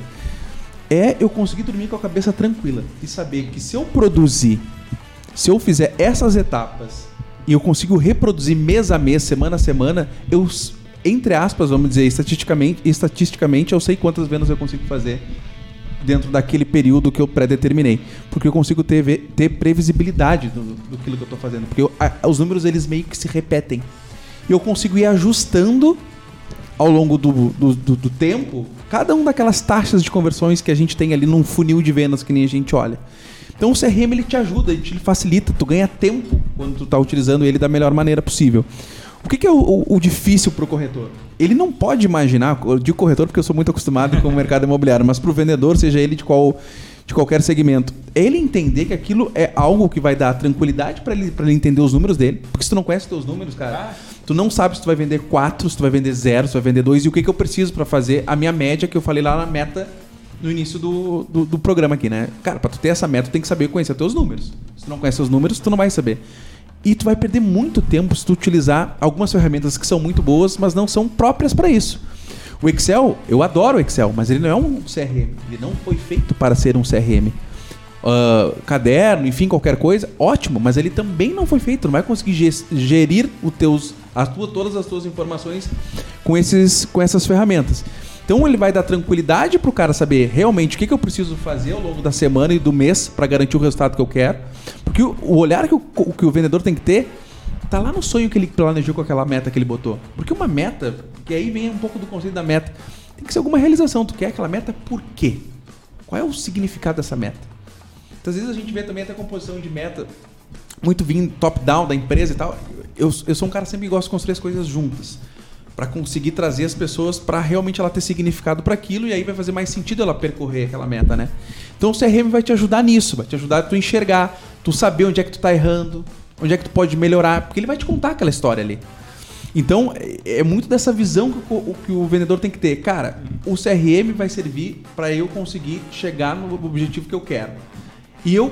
eu conseguir dormir com a cabeça tranquila e saber que se eu produzir, se eu fizer essas etapas e eu consigo reproduzir mês a mês, semana a semana, eu, entre aspas, vamos dizer, estatisticamente eu sei quantas vendas eu consigo fazer dentro daquele período que eu pré-determinei. Porque eu consigo ter previsibilidade do que eu estou fazendo. Porque os números, eles meio que se repetem. E eu consigo ir ajustando ao longo do tempo cada uma daquelas taxas de conversões que a gente tem ali num funil de vendas que nem a gente olha. Então o CRM, ele te ajuda, ele te facilita, tu ganha tempo quando tu está utilizando ele da melhor maneira possível. O que é o difícil para o corretor? Ele não pode imaginar, eu digo corretor porque eu sou muito acostumado com o mercado imobiliário, mas para o vendedor, seja ele de qualquer segmento, é ele entender que aquilo é algo que vai dar tranquilidade para ele entender os números dele, porque se tu não conhece os teus números, cara, tu não sabe se tu vai vender 4, se tu vai vender 0, se tu vai vender 2, e o que eu preciso para fazer a minha média que eu falei lá na meta no início do programa aqui, né? Cara, para tu ter essa meta, tu tem que saber conhecer os teus números. Se tu não conhece os números, tu não vai saber. E tu vai perder muito tempo se tu utilizar algumas ferramentas que são muito boas, mas não são próprias para isso. O Excel, eu adoro o Excel, mas ele não é um CRM. Ele não foi feito para ser um CRM. Caderno, enfim, qualquer coisa, ótimo, mas ele também não foi feito. Tu não vai conseguir gerir todas as tuas informações com essas ferramentas. Então ele vai dar tranquilidade para o cara saber realmente o que eu preciso fazer ao longo da semana e do mês para garantir o resultado que eu quero. Porque o olhar que o vendedor tem que ter tá lá no sonho que ele planejou com aquela meta que ele botou. Porque uma meta, que aí vem um pouco do conceito da meta, tem que ser alguma realização. Tu quer aquela meta por quê? Qual é o significado dessa meta? Então, às vezes a gente vê também até a composição de meta muito vindo top-down da empresa e tal. Eu sou um cara que sempre gosta de construir as coisas juntas, para conseguir trazer as pessoas para realmente ela ter significado para aquilo, e aí vai fazer mais sentido ela percorrer aquela meta, né? Então o CRM vai te ajudar nisso, vai te ajudar a tu enxergar, tu saber onde é que tu tá errando, onde é que tu pode melhorar, porque ele vai te contar aquela história ali. Então é muito dessa visão que o vendedor tem que ter. Cara, o CRM vai servir para eu conseguir chegar no objetivo que eu quero. E eu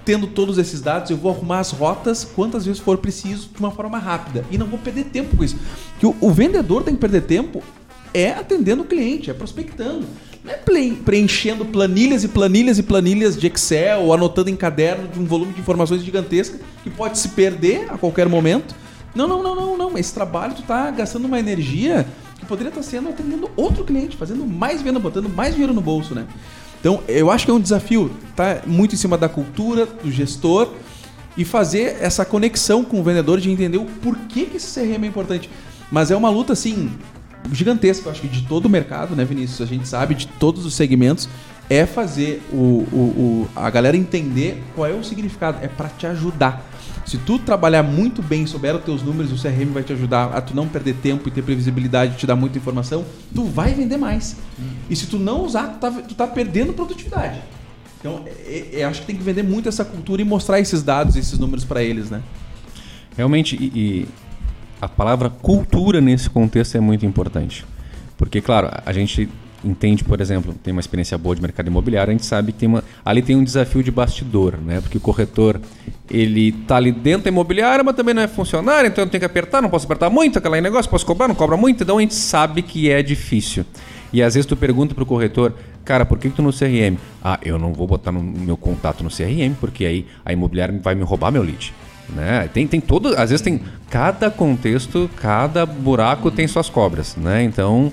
tendo todos esses dados, eu vou arrumar as rotas quantas vezes for preciso de uma forma rápida. E não vou perder tempo com isso. Que o vendedor tem que perder tempo atendendo o cliente, prospectando. Não é preenchendo planilhas e planilhas e planilhas de Excel ou anotando em caderno de um volume de informações gigantesca que pode se perder a qualquer momento. Não. Esse trabalho tu tá gastando uma energia que poderia estar sendo atendendo outro cliente, fazendo mais venda, botando mais dinheiro no bolso, né? Então, eu acho que é um desafio, tá muito em cima da cultura, do gestor, e fazer essa conexão com o vendedor de entender o porquê que esse CRM é importante. Mas é uma luta, assim, gigantesca, eu acho que de todo o mercado, né, Vinícius? A gente sabe, de todos os segmentos, é fazer a galera entender qual é o significado, é para te ajudar. Se tu trabalhar muito bem, souber os teus números, o CRM vai te ajudar a tu não perder tempo e ter previsibilidade, te dar muita informação, tu vai vender mais. E se tu não usar, tu tá perdendo produtividade. Então, eu acho que tem que vender muito essa cultura e mostrar esses dados, esses números para eles, né? Realmente, e a palavra cultura nesse contexto é muito importante. Porque, claro, a gente entende, por exemplo, tem uma experiência boa de mercado imobiliário, a gente sabe que ali tem um desafio de bastidor, né? Porque o corretor, ele tá ali dentro da imobiliária, mas também não é funcionário, então eu tenho que apertar, não posso apertar muito, aquele negócio, posso cobrar, não cobra muito, então a gente sabe que é difícil. E às vezes tu pergunta pro corretor, cara, por que tu no CRM? Eu não vou botar no meu contato no CRM, porque aí a imobiliária vai me roubar meu lead. Né? Tem todo, às vezes tem cada contexto, cada buraco tem suas cobras, né? Então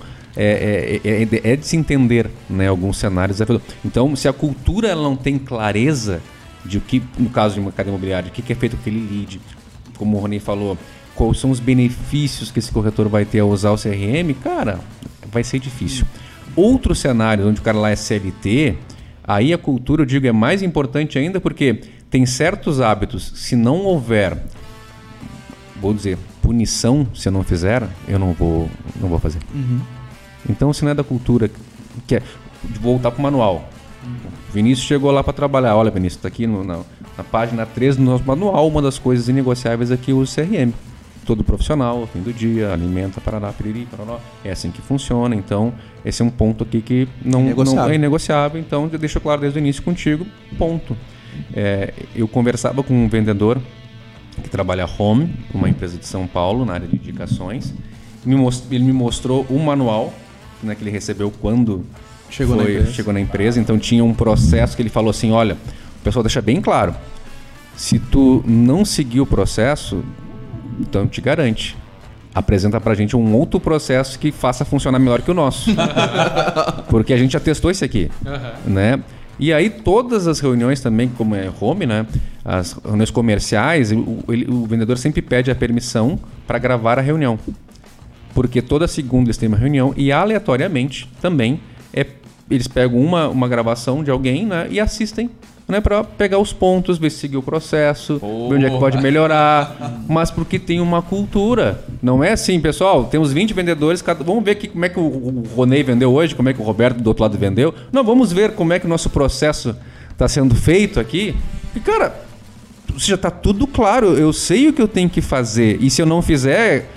é de se entender, né, alguns cenários. Então, se a cultura ela não tem clareza de o que, no caso de mercado imobiliário, o que é feito com aquele lead, como o Rony falou, quais são os benefícios que esse corretor vai ter ao usar o CRM, cara, vai ser difícil. Outros cenários onde o cara lá é CLT, aí a cultura, eu digo, é mais importante ainda, porque tem certos hábitos, se não houver, vou dizer, punição, se eu não fizer, eu não vou fazer. Uhum. Então, se não é da cultura, que é voltar para o manual. O Vinícius chegou lá para trabalhar. Olha, Vinícius, está aqui na página 3 do nosso manual, uma das coisas inegociáveis aqui é o CRM. Todo profissional, fim do dia, alimenta, parará, piriri, parará. É assim que funciona. Então, esse é um ponto aqui que não é inegociável. Então, eu deixo claro desde o início contigo, ponto. Eu conversava com um vendedor que trabalha home, uma empresa de São Paulo, na área de indicações. Ele me mostrou um manual, né, que ele recebeu quando chegou na empresa. Então tinha um processo que ele falou assim, olha, o pessoal deixa bem claro, se tu não seguir o processo, então te garante, apresenta pra gente um outro processo que faça funcionar melhor que o nosso. Porque a gente já testou esse aqui, né? E aí todas as reuniões também, como é home, né, as reuniões comerciais, o vendedor sempre pede a permissão para gravar a reunião. Porque toda segunda eles têm uma reunião e aleatoriamente também eles pegam uma gravação de alguém, né, e assistem, né, para pegar os pontos, ver se seguiu o processo, ver onde é que pode melhorar, mas porque tem uma cultura. Não é assim, pessoal, temos 20 vendedores, vamos ver como é que o Ronei vendeu hoje, como é que o Roberto do outro lado vendeu. Não, vamos ver como é que o nosso processo está sendo feito aqui. E, cara, já está tudo claro, eu sei o que eu tenho que fazer, e se eu não fizer...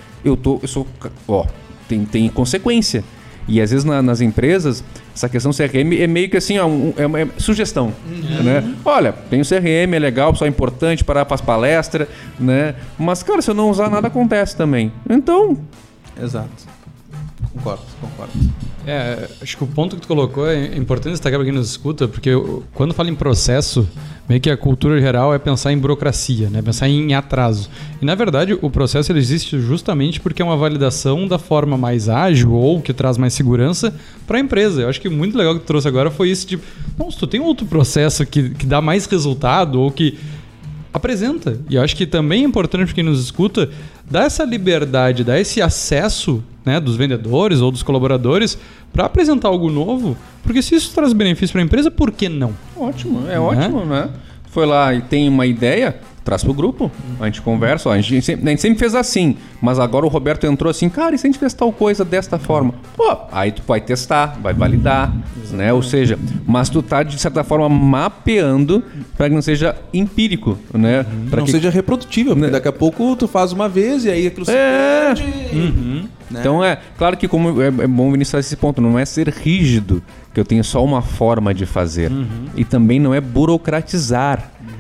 tem consequência. E às vezes nas empresas, essa questão CRM é meio que assim, é sugestão. Né? Olha, tem o CRM, é legal, pessoal, é importante, faz palestra, né? Mas, cara, se eu não usar nada, acontece também. Então... Exato. Concordo. Acho que o ponto que tu colocou é importante destacar para quem nos escuta, porque quando fala em processo, meio que a cultura geral é pensar em burocracia, né? Pensar em atraso. E na verdade o processo ele existe justamente porque é uma validação da forma mais ágil ou que traz mais segurança para a empresa. Eu acho que muito legal que tu trouxe agora foi isso, tipo, não, se tu tem outro processo que dá mais resultado ou que apresenta. E eu acho que também é importante para quem nos escuta dar essa liberdade, dar esse acesso, né, dos vendedores ou dos colaboradores para apresentar algo novo, porque se isso traz benefício para a empresa, por que não? Ótimo, ótimo, né? Foi lá e tem uma ideia, traz pro grupo, a gente conversa, a gente sempre fez assim, mas agora o Roberto entrou assim, cara, e se a gente fez tal coisa desta forma? Pô, aí tu vai testar, vai validar, né? Ou seja, mas tu tá de certa forma mapeando para que não seja empírico, né? Não seja reprodutível, porque daqui a pouco tu faz uma vez e aí aquilo se perde. Né? Então claro que como é bom iniciar esse ponto, não é ser rígido, que eu tenho só uma forma de fazer. E também não é burocratizar.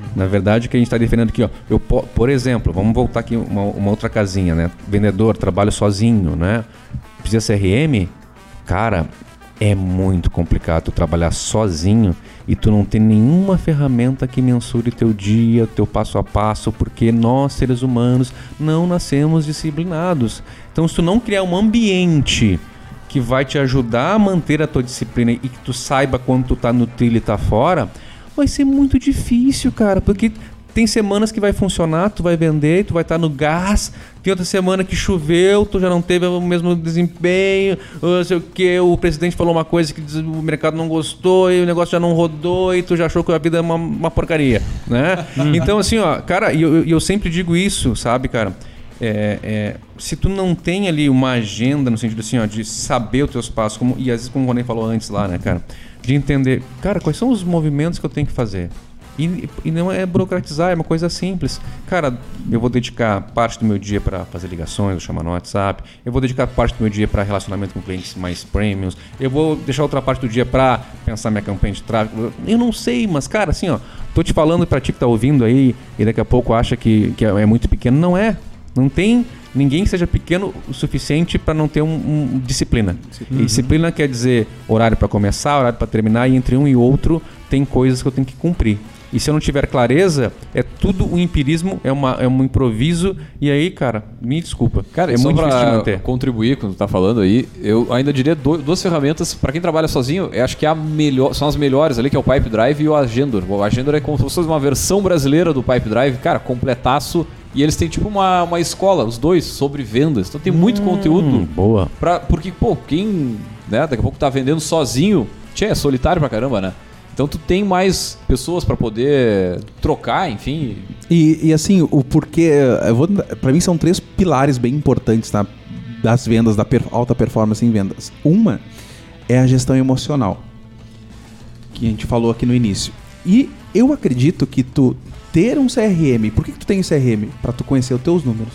Na verdade, o que a gente está defendendo aqui, ó, por exemplo, vamos voltar aqui uma outra casinha, né? Vendedor, trabalho sozinho, né? Precisa CRM? Cara, é muito complicado tu trabalhar sozinho e tu não tem nenhuma ferramenta que mensure teu dia, teu passo a passo, porque nós, seres humanos, não nascemos disciplinados. Então, se tu não criar um ambiente que vai te ajudar a manter a tua disciplina e que tu saiba quando tu tá no trilho e tá fora, vai ser muito difícil, cara, porque tem semanas que vai funcionar, tu vai vender, tu vai estar no gás, tem outra semana que choveu, tu já não teve o mesmo desempenho, não sei o que, o presidente falou uma coisa que o mercado não gostou e o negócio já não rodou e tu já achou que a vida é uma porcaria, né? Então, assim, ó, cara, eu sempre digo isso, sabe, cara? Se tu não tem ali uma agenda no sentido assim, ó, de saber os teus passos, e às vezes como o Ronei falou antes lá, né, cara, de entender, cara, quais são os movimentos que eu tenho que fazer. E não é burocratizar, é uma coisa simples. Cara, eu vou dedicar parte do meu dia para fazer ligações, ou chamar no WhatsApp. Eu vou dedicar parte do meu dia para relacionamento com clientes mais premiums. Eu vou deixar outra parte do dia para pensar minha campanha de tráfego. Eu não sei, mas, cara, assim, ó, tô te falando para ti que tá ouvindo aí e daqui a pouco acha que é muito pequeno. Não é. Não tem ninguém que seja pequeno o suficiente para não ter disciplina. E disciplina quer dizer horário para começar, horário para terminar, e entre um e outro tem coisas que eu tenho que cumprir. E se eu não tiver clareza, é tudo um empirismo, é um improviso, e aí, cara, me desculpa. Cara, é muito difícil de manter. Para contribuir com o que tu tá falando aí, eu ainda diria duas ferramentas para quem trabalha sozinho, eu acho que são as melhores ali, que é o Pipe Drive e o Agendor. O Agendor é como se fosse uma versão brasileira do Pipe Drive, cara, completaço, e eles têm tipo uma escola, os dois, sobre vendas. Então tem muito conteúdo. Boa. Porque, pô, quem, né, daqui a pouco tá vendendo sozinho, é solitário pra caramba, né? Então tu tem mais pessoas para poder trocar, enfim. E assim, o porquê... Para mim são 3 pilares bem importantes, tá, das vendas, da alta performance em vendas. Uma é a gestão emocional, que a gente falou aqui no início. E eu acredito que tu ter um CRM... Por que tu tem um CRM? Para tu conhecer os teus números.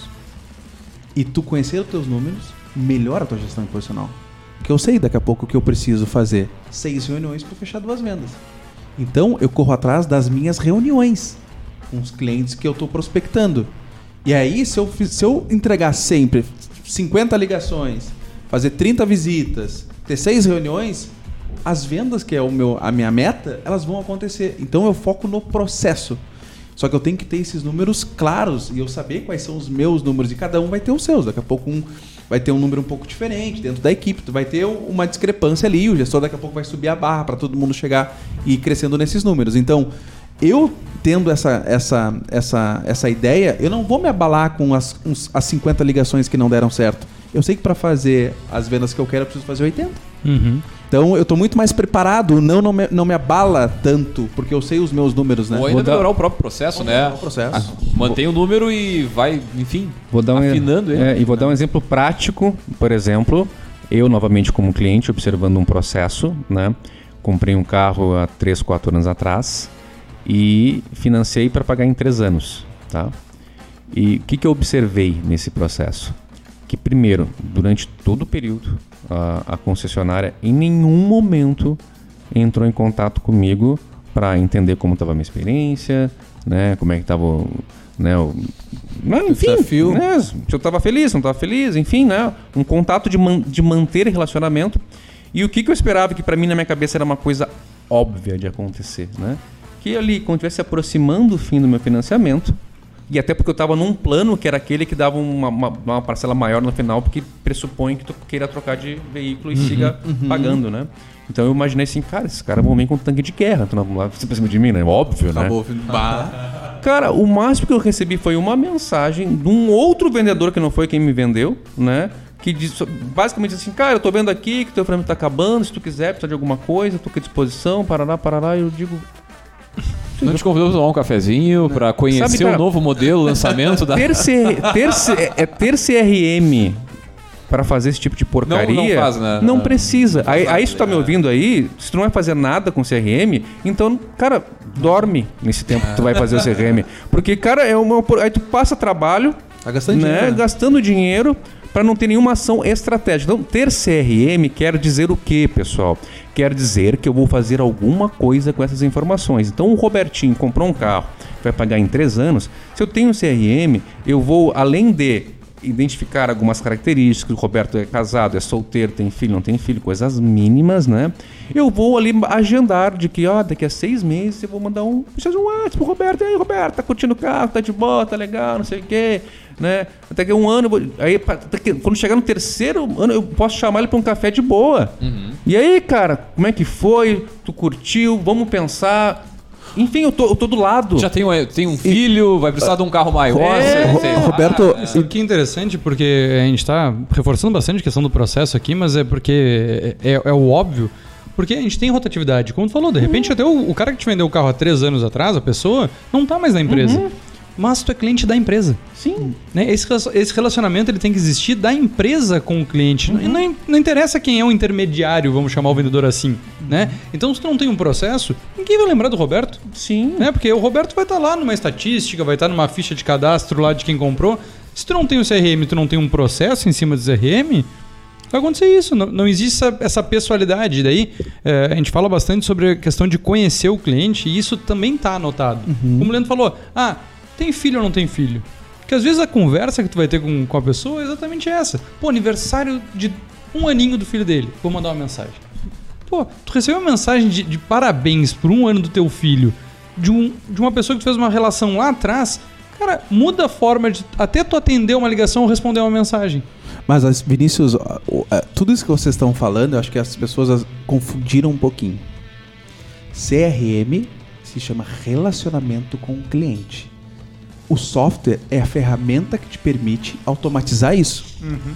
E tu conhecer os teus números melhora a tua gestão emocional. Porque eu sei daqui a pouco que eu preciso fazer 6 reuniões para fechar 2 vendas. Então, eu corro atrás das minhas reuniões com os clientes que eu estou prospectando. E aí, se eu entregar sempre 50 ligações, fazer 30 visitas, ter 6 reuniões, as vendas, que é a minha meta, elas vão acontecer. Então, eu foco no processo. Só que eu tenho que ter esses números claros e eu saber quais são os meus números. E cada um vai ter os seus. Daqui a pouco vai ter um número um pouco diferente dentro da equipe, tu vai ter uma discrepância ali, o gestor daqui a pouco vai subir a barra para todo mundo chegar e ir crescendo nesses números. Então, eu tendo essa ideia, eu não vou me abalar com as 50 ligações que não deram certo. Eu sei que para fazer as vendas que eu quero, eu preciso fazer 80. Então, eu estou muito mais preparado, não me abala tanto, porque eu sei os meus números, né? Ou ainda melhorar o próprio processo, né? Mantém o número e vai, enfim, afinando ele. E vou dar um exemplo prático, por exemplo, eu novamente como cliente, observando um processo, né? Comprei um carro há 3, 4 anos atrás e financei para pagar em 3 anos, tá? E o que eu observei nesse processo? Que primeiro, durante todo o período, a concessionária em nenhum momento entrou em contato comigo para entender como estava a minha experiência, né, como é que estava, né, enfim, desafio, né, se eu estava feliz, não estava feliz, enfim, né, um contato de manter relacionamento. E o que eu esperava, que para mim na minha cabeça era uma coisa óbvia de acontecer, né, que ali, quando estivesse se aproximando do fim do meu financiamento, e até porque eu estava num plano que era aquele que dava uma parcela maior no final, porque pressupõe que tu queira trocar de veículo e siga pagando, né? Então eu imaginei assim, cara, esses caras vão vir com um tanque de guerra, tu não vai pra cima de mim, né? Óbvio, né? Cara, o máximo que eu recebi foi uma mensagem de um outro vendedor que não foi quem me vendeu, né? Que diz, basicamente assim, cara, eu tô vendo aqui que teu frame tá acabando, se tu quiser, precisa de alguma coisa, tô aqui à disposição, parará, e eu digo... Não te convidou pra tomar um cafezinho pra conhecer o novo modelo, o lançamento da... Ter CRM para fazer esse tipo de porcaria... Não faz, né? Não precisa. Aí se tu tá me ouvindo aí, se tu não vai fazer nada com CRM, então, cara, dorme nesse tempo que tu vai fazer o CRM. Porque, cara, aí tu passa trabalho... Tá gastando dinheiro. Né? Gastando dinheiro para não ter nenhuma ação estratégica. Então, ter CRM quer dizer o quê, pessoal? quer dizer que eu vou fazer alguma coisa com essas informações. Então o Robertinho comprou um carro, vai pagar em 3 anos. Se eu tenho um CRM, eu vou, além de identificar algumas características, o Roberto é casado, é solteiro, tem filho, não tem filho, coisas mínimas, né? Eu vou ali agendar de que, daqui a 6 meses eu vou mandar um WhatsApp pro Roberto. E aí, Roberto, tá curtindo o carro, tá de boa, tá legal, não sei o quê, né? Até que 1 ano, aí quando chegar no 3º ano, eu posso chamar ele pra um café de boa. E aí, cara, como é que foi? Tu curtiu? Vamos pensar... Enfim, eu tô do lado. Já tem um filho, vai precisar de um carro maior. Roberto, Isso aqui é interessante porque a gente está reforçando bastante a questão do processo aqui, mas é porque é o óbvio. Porque a gente tem rotatividade. Como tu falou, de repente até o cara que te vendeu o carro há 3 anos atrás, a pessoa, não tá mais na empresa. Mas tu é cliente da empresa. Sim. Né? Esse relacionamento ele tem que existir da empresa com o cliente. Não interessa quem é o intermediário, vamos chamar o vendedor assim. Né? Então, se tu não tem um processo, ninguém vai lembrar do Roberto. Sim. Né? Porque o Roberto vai estar lá numa estatística, vai estar numa ficha de cadastro lá de quem comprou. Se tu não tem o CRM, tu não tem um processo em cima do CRM, vai acontecer isso. Não existe essa pessoalidade. Daí, a gente fala bastante sobre a questão de conhecer o cliente e isso também está anotado. Como o Leandro falou, tem filho ou não tem filho? Porque às vezes a conversa que tu vai ter com a pessoa é exatamente essa. Pô, aniversário de 1 aninho do filho dele. Vou mandar uma mensagem. Pô, tu recebeu uma mensagem de parabéns por 1 ano do teu filho de uma pessoa que tu fez uma relação lá atrás. Cara, muda a forma de até tu atender uma ligação ou responder uma mensagem. Mas, Vinícius, tudo isso que vocês estão falando, eu acho que as pessoas confundiram um pouquinho. CRM se chama relacionamento com o cliente. O software é a ferramenta que te permite automatizar isso.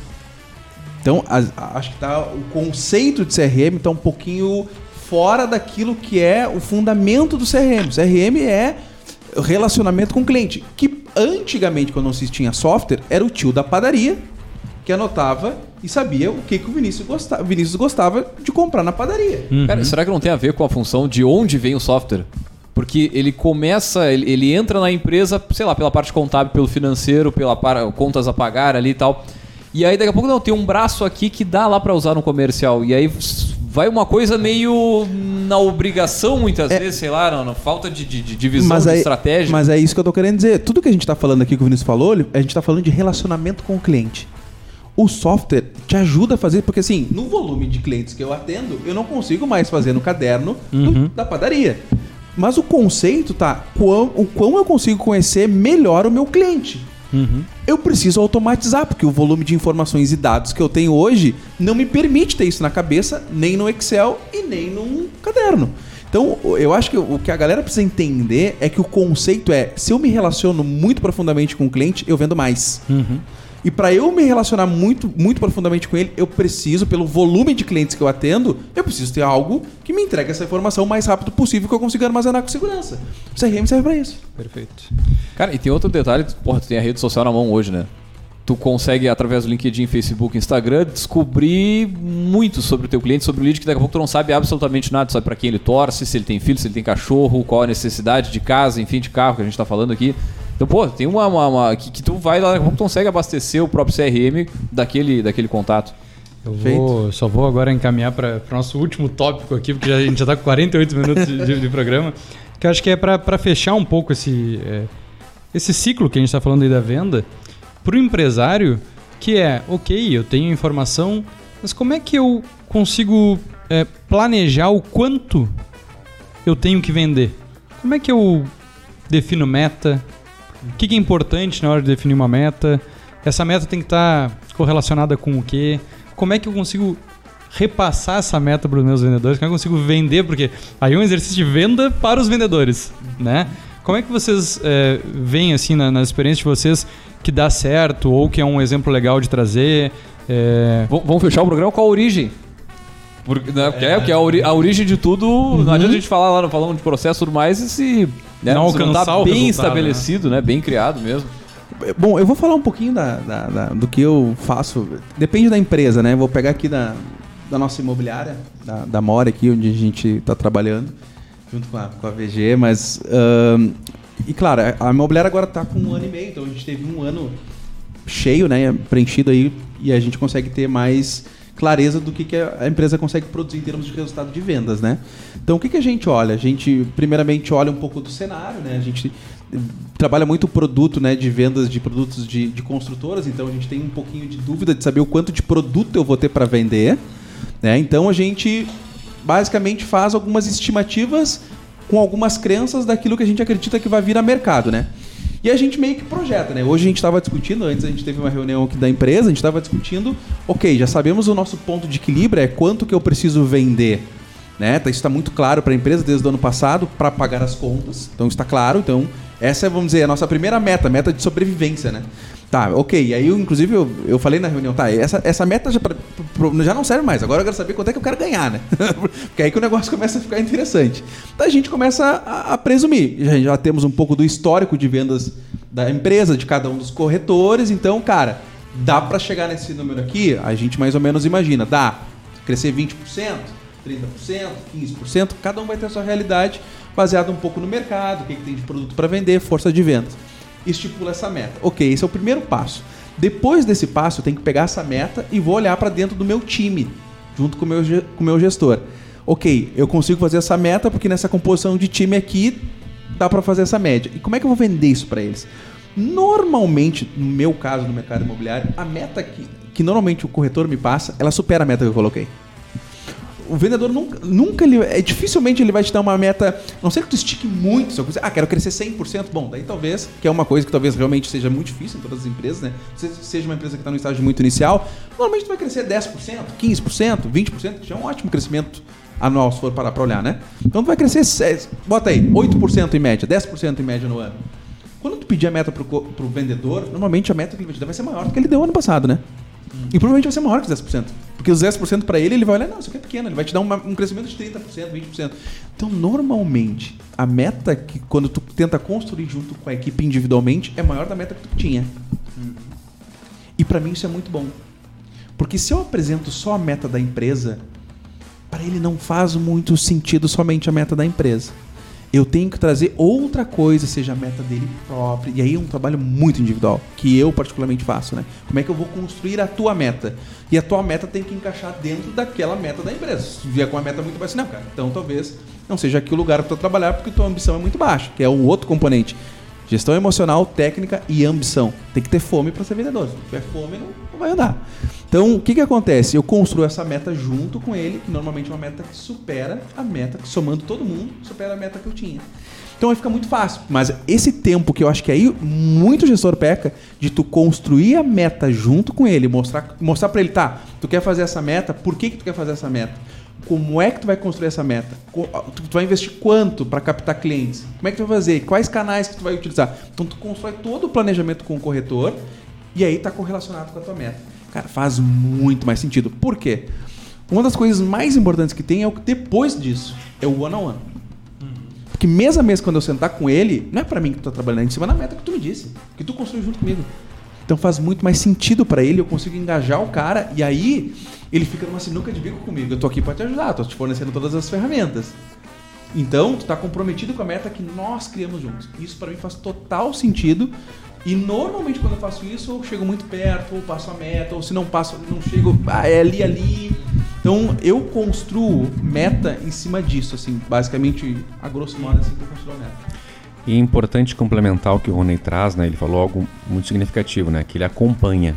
Então, acho que o conceito de CRM está um pouquinho fora daquilo que é o fundamento do CRM. O CRM é relacionamento com o cliente, que antigamente, quando não se tinha software, era o tio da padaria que anotava e sabia o que o Vinícius gostava de comprar na padaria. Cara, será que não tem a ver com a função de onde vem o software? Porque ele começa, ele entra na empresa, sei lá, pela parte contábil, pelo financeiro, contas a pagar ali e tal. E aí daqui a pouco tem um braço aqui que dá lá pra usar no comercial. E aí vai uma coisa meio na obrigação muitas vezes, sei lá, na falta de visão, de estratégia. Mas é isso que eu tô querendo dizer. Tudo que a gente tá falando aqui, que o Vinícius falou, a gente tá falando de relacionamento com o cliente. O software te ajuda a fazer, porque assim, no volume de clientes que eu atendo, eu não consigo mais fazer no caderno da padaria. Mas o conceito tá o quão eu consigo conhecer melhor o meu cliente. Eu preciso automatizar, porque o volume de informações e dados que eu tenho hoje não me permite ter isso na cabeça, nem no Excel e nem num caderno. Então, eu acho que o que a galera precisa entender é que o conceito é, se eu me relaciono muito profundamente com o cliente, eu vendo mais. E para eu me relacionar muito, muito profundamente com ele, eu preciso, pelo volume de clientes que eu atendo, eu preciso ter algo que me entregue essa informação o mais rápido possível, que eu consiga armazenar com segurança. O CRM serve para isso. Perfeito. Cara, e tem outro detalhe, tu tem a rede social na mão hoje, né? Tu consegue, através do LinkedIn, Facebook, Instagram, descobrir muito sobre o teu cliente, sobre o lead, que daqui a pouco tu não sabe absolutamente nada. Tu sabe para quem ele torce, se ele tem filho, se ele tem cachorro, qual a necessidade de casa, enfim, de carro que a gente tá falando aqui. Então, tem uma que tu vai lá, como tu consegue abastecer o próprio CRM daquele contato. Só vou agora encaminhar para o nosso último tópico aqui, porque a gente já está com 48 minutos de programa, que eu acho que é para fechar um pouco esse ciclo que a gente está falando aí da venda, para o empresário, que é, ok, eu tenho informação, mas como é que eu consigo planejar o quanto eu tenho que vender? Como é que eu defino meta? O que é importante na hora de definir uma meta? Essa meta tem que estar correlacionada com o quê? Como é que eu consigo repassar essa meta para os meus vendedores? Como é que eu consigo vender? Porque aí é um exercício de venda para os vendedores, né? Como é que vocês veem assim nas experiências de vocês que dá certo ou que é um exemplo legal de trazer? Vamos fechar o programa com a origem. Porque a origem de tudo, não adianta a gente falar lá, falando de processo e tudo mais, e se não alcançar tá bem estabelecido, né? Bem criado mesmo. Bom, eu vou falar um pouquinho do que eu faço. Depende da empresa, né? Vou pegar aqui da nossa imobiliária, da Mora aqui, onde a gente está trabalhando, junto com a VG, mas... e claro, a imobiliária agora está com 1 ano e meio, então a gente teve 1 ano cheio, né? Preenchido aí, e a gente consegue ter mais clareza do que a empresa consegue produzir em termos de resultado de vendas, né? Então, o que a gente olha? A gente, primeiramente, olha um pouco do cenário, né? A gente trabalha muito o produto, né, de vendas de produtos de construtoras, então a gente tem um pouquinho de dúvida de saber o quanto de produto eu vou ter para vender, né? Então, a gente basicamente faz algumas estimativas com algumas crenças daquilo que a gente acredita que vai vir a mercado, né? E a gente meio que projeta, né? Hoje a gente estava discutindo, antes a gente teve uma reunião aqui da empresa, a gente estava discutindo, ok, já sabemos o nosso ponto de equilíbrio, é quanto que eu preciso vender, né? Isso está muito claro para a empresa desde o ano passado, para pagar as contas, então está claro, então essa é, vamos dizer, a nossa primeira meta de sobrevivência, né? Tá, ok, e aí inclusive eu falei na reunião, tá, essa meta já não serve mais, agora eu quero saber quanto é que eu quero ganhar, né? Porque aí que o negócio começa a ficar interessante. Então a gente começa a presumir, já temos um pouco do histórico de vendas da empresa, de cada um dos corretores, então, cara, dá para chegar nesse número aqui, a gente mais ou menos imagina, dá, crescer 20%, 30%, 15%, cada um vai ter a sua realidade, baseado um pouco no mercado, o que tem de produto para vender, força de vendas. Estipula essa meta. Ok, esse é o primeiro passo. Depois desse passo, eu tenho que pegar essa meta e vou olhar para dentro do meu time, junto com o meu gestor. Ok, eu consigo fazer essa meta porque nessa composição de time aqui dá para fazer essa média. E como é que eu vou vender isso para eles? Normalmente, no meu caso, no mercado imobiliário, a meta que normalmente o corretor me passa, ela supera a meta que eu coloquei. O vendedor dificilmente ele vai te dar uma meta, a não ser que tu estique muito, se eu quiser, quero crescer 100%, bom, daí talvez, que é uma coisa que talvez realmente seja muito difícil em todas as empresas, né? Se seja uma empresa que está no estágio muito inicial, normalmente tu vai crescer 10%, 15%, 20%, que já é um ótimo crescimento anual, se for parar para olhar, né? Então tu vai crescer, bota aí, 8% em média, 10% em média no ano. Quando tu pedir a meta pro vendedor, normalmente a meta que ele vai te dar vai ser maior do que ele deu ano passado, né? E provavelmente vai ser maior que os 10%. Porque os 10% para ele vai olhar, não, isso aqui é pequeno, ele vai te dar um crescimento de 30%, 20%. Então, normalmente, a meta que quando tu tenta construir junto com a equipe individualmente é maior da meta que tu tinha. E para mim isso é muito bom. Porque se eu apresento só a meta da empresa, para ele não faz muito sentido somente a meta da empresa. Eu tenho que trazer outra coisa, seja a meta dele própria. E aí é um trabalho muito individual, que eu particularmente faço, né? Como é que eu vou construir a tua meta? E a tua meta tem que encaixar dentro daquela meta da empresa. Se vier com uma meta muito baixa, não, cara. Então talvez não seja aqui o lugar para tu trabalhar, porque tua ambição é muito baixa, que é o outro componente. Gestão emocional, técnica e ambição. Tem que ter fome para ser vendedor. Se não tiver fome, não vai andar. Então, o que acontece? Eu construo essa meta junto com ele, que normalmente é uma meta que supera a meta, que somando todo mundo, supera a meta que eu tinha. Então, aí fica muito fácil. Mas esse tempo que eu acho que aí muito gestor peca, de tu construir a meta junto com ele, mostrar para ele, tá, tu quer fazer essa meta, por que tu quer fazer essa meta? Como é que tu vai construir essa meta? Tu vai investir quanto para captar clientes? Como é que tu vai fazer? Quais canais que tu vai utilizar? Então, tu constrói todo o planejamento com o corretor e aí está correlacionado com a tua meta. Cara, faz muito mais sentido. Por quê? Uma das coisas mais importantes que tem é o que depois disso é o one-on-one. Porque mês a mês, quando eu sentar com ele, não é para mim que tu tá trabalhando, é em cima da meta que tu me disse, que tu construiu junto comigo. Então faz muito mais sentido para ele, eu consigo engajar o cara e aí ele fica numa sinuca de bico comigo. Eu tô aqui para te ajudar, tô te fornecendo todas as ferramentas. Então, tu tá comprometido com a meta que nós criamos juntos. Isso para mim faz total sentido. E normalmente quando eu faço isso, eu chego muito perto, ou passo a meta, ou se não passo, não chego, é ali. Então, eu construo meta em cima disso, assim, basicamente, a grosso modo, assim que eu construo a meta. E é importante complementar o que o Rony traz, né? Ele falou algo muito significativo, né? Que ele acompanha.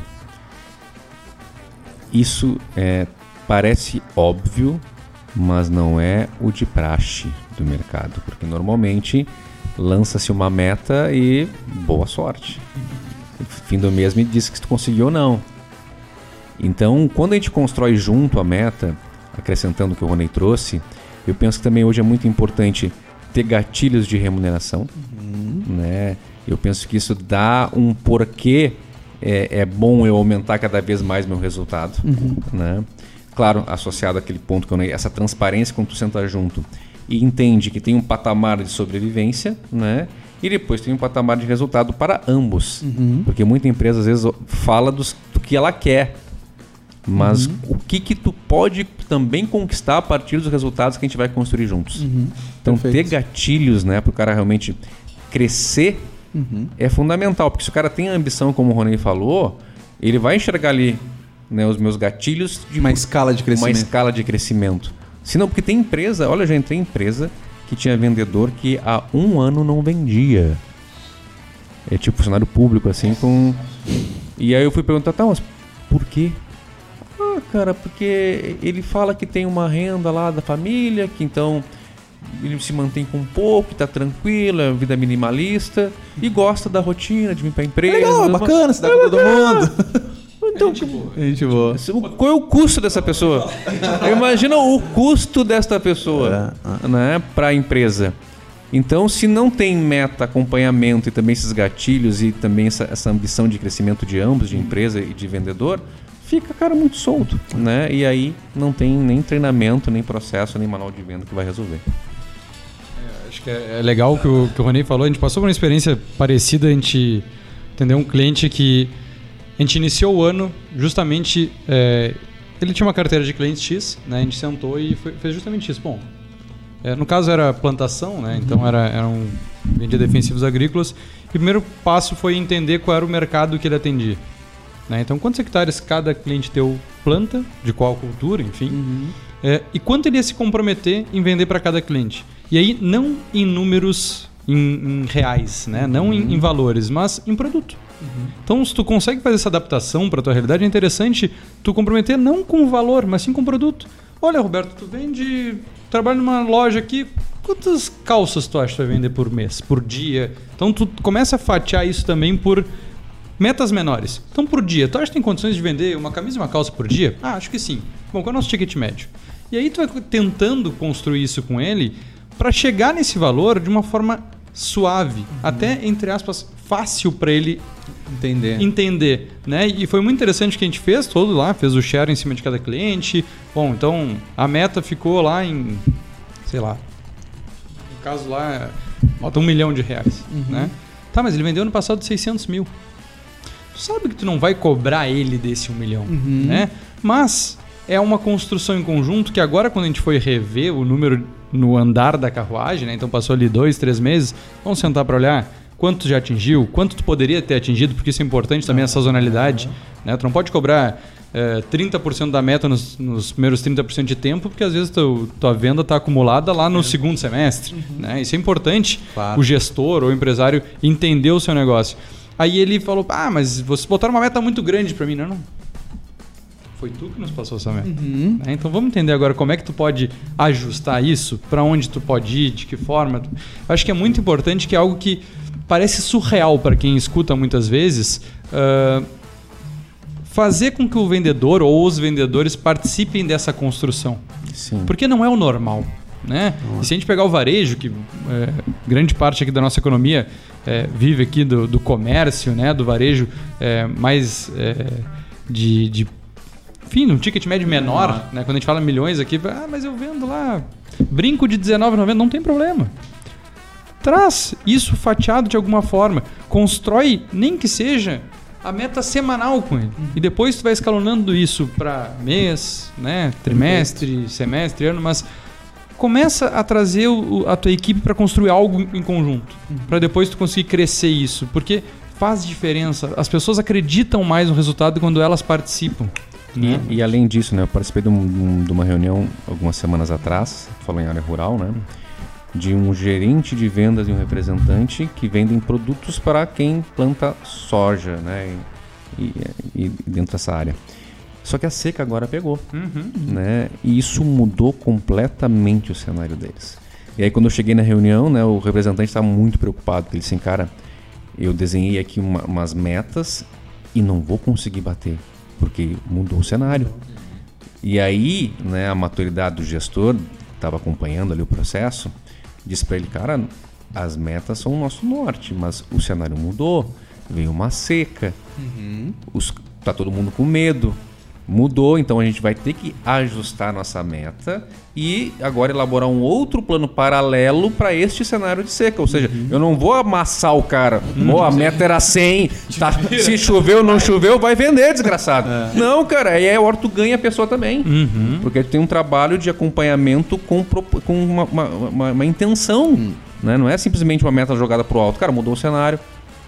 Isso parece óbvio, mas não é o de praxe do mercado, porque normalmente lança-se uma meta e boa sorte. No fim do mês me diz que se tu conseguiu ou não. Então, quando a gente constrói junto a meta, acrescentando o que o Rony trouxe, eu penso que também hoje é muito importante ter gatilhos de remuneração, né? Eu penso que isso dá um porquê é bom eu aumentar cada vez mais meu resultado, né? Claro, associado àquele ponto que eu essa transparência quando tu senta junto e entende que tem um patamar de sobrevivência, né? E depois tem um patamar de resultado para ambos. Porque muita empresa às vezes fala do que ela quer, mas o que tu pode também conquistar a partir dos resultados que a gente vai construir juntos. Então ter gatilhos, né, para o cara realmente crescer é fundamental, porque se o cara tem a ambição, como o Rony falou, ele vai enxergar ali né, os meus gatilhos de Uma escala de crescimento. Uma escala de crescimento. Senão, porque tem empresa, olha, eu já entrei em empresa que tinha vendedor que há 1 ano não vendia. É tipo funcionário público, assim, com... E aí eu fui perguntar, tá, mas por quê? Ah, cara, porque ele fala que tem uma renda lá da família, que então ele se mantém com pouco, tá tranquilo, é vida minimalista e gosta da rotina de vir pra empresa. Legal, bacana, se dá com todo mundo. Então, Gente boa. qual é o custo dessa pessoa? Imagina o custo desta pessoa, né, para a empresa. Então, se não tem meta, acompanhamento e também esses gatilhos e também essa ambição de crescimento de ambos, de empresa e de vendedor, fica, cara, muito solto, né? E aí não tem nem treinamento, nem processo, nem manual de venda que vai resolver. Acho que é legal o que o Rony falou. A gente passou por uma experiência parecida. A gente entendeu um cliente que a gente iniciou o ano justamente... ele tinha uma carteira de clientes X, né? A gente sentou e fez justamente isso. Bom, no caso era plantação, né? Então vendia defensivos agrícolas. E o primeiro passo foi entender qual era o mercado que ele atendia. Né? Então, quantos hectares cada cliente teu planta, de qual cultura, enfim. E quanto ele ia se comprometer em vender para cada cliente. E aí, não em números em reais, né? Não em valores, mas em produto. Então, se tu consegue fazer essa adaptação para a tua realidade, é interessante tu comprometer não com o valor, mas sim com o produto. Olha, Roberto, tu trabalha numa loja aqui, quantas calças tu acha que tu vai vender por mês, por dia? Então, tu começa a fatiar isso também por metas menores. Então, por dia, tu acha que tem condições de vender uma camisa e uma calça por dia? Ah, acho que sim. Bom, qual é o nosso ticket médio? E aí tu vai tentando construir isso com ele para chegar nesse valor de uma forma suave, até, entre aspas, fácil para ele entender, né? E foi muito interessante que a gente fez fez o share em cima de cada cliente. Bom, então a meta ficou lá em, sei lá, no caso lá, bota R$1 milhão, né? Tá, mas ele vendeu no passado 600 mil. Tu sabe que tu não vai cobrar ele desse 1 milhão, né? Mas é uma construção em conjunto que agora, quando a gente foi rever o número no andar da carruagem, né? Então passou ali 2, 3 meses, vamos sentar para olhar quanto tu já atingiu, quanto tu poderia ter atingido, porque isso é importante também, a sazonalidade, né? Tu não pode cobrar 30% da meta nos primeiros 30% de tempo, porque às vezes tua venda está acumulada lá no segundo semestre, né? Isso é importante, o gestor ou o empresário entender o seu negócio. Aí ele falou, mas vocês botaram uma meta muito grande para mim. Não. Foi tu que nos passou essa meta. Então vamos entender agora como é que tu pode ajustar isso, para onde tu pode ir, de que forma. Acho que é muito importante, que é algo que parece surreal para quem escuta muitas vezes, fazer com que o vendedor ou os vendedores participem dessa construção. Sim. Porque não é o normal. Né? E se a gente pegar o varejo, que grande parte aqui da nossa economia vive aqui do comércio, né? Do varejo mais enfim, um ticket médio menor, né? Quando a gente fala milhões aqui, mas eu vendo lá brinco de R$19,90, não tem problema. Traz isso fatiado de alguma forma, constrói, nem que seja a meta semanal com ele. E depois tu vai escalonando isso para mês, né? Trimestre, semestre, ano, mas começa a trazer a tua equipe para construir algo em conjunto, para depois tu conseguir crescer isso, porque faz diferença. As pessoas acreditam mais no resultado quando elas participam. Né? E além disso, né, eu participei de uma reunião algumas semanas atrás, falou em área rural, né, de um gerente de vendas e um representante que vendem produtos para quem planta soja, né, e dentro dessa área. Só que a seca agora pegou, né? E isso mudou completamente o cenário deles. E aí quando eu cheguei na reunião, né, o representante estava muito preocupado, porque ele disse assim, cara, eu desenhei aqui umas metas e não vou conseguir bater, porque mudou o cenário. E aí, né, a maturidade do gestor, estava acompanhando ali o processo, disse para ele, cara, as metas são o nosso norte, mas o cenário mudou, veio uma seca, tá todo mundo com medo. Mudou, então a gente vai ter que ajustar nossa meta e agora elaborar um outro plano paralelo para este cenário de seca. Ou seja, eu não vou amassar o cara. A meta era 100, tá, se choveu, não choveu, vai vender, desgraçado. Não, cara, aí é hora tu ganha a pessoa também. Porque tu tem um trabalho de acompanhamento com uma intenção. Né? Não é simplesmente uma meta jogada pro alto. Cara, mudou o cenário.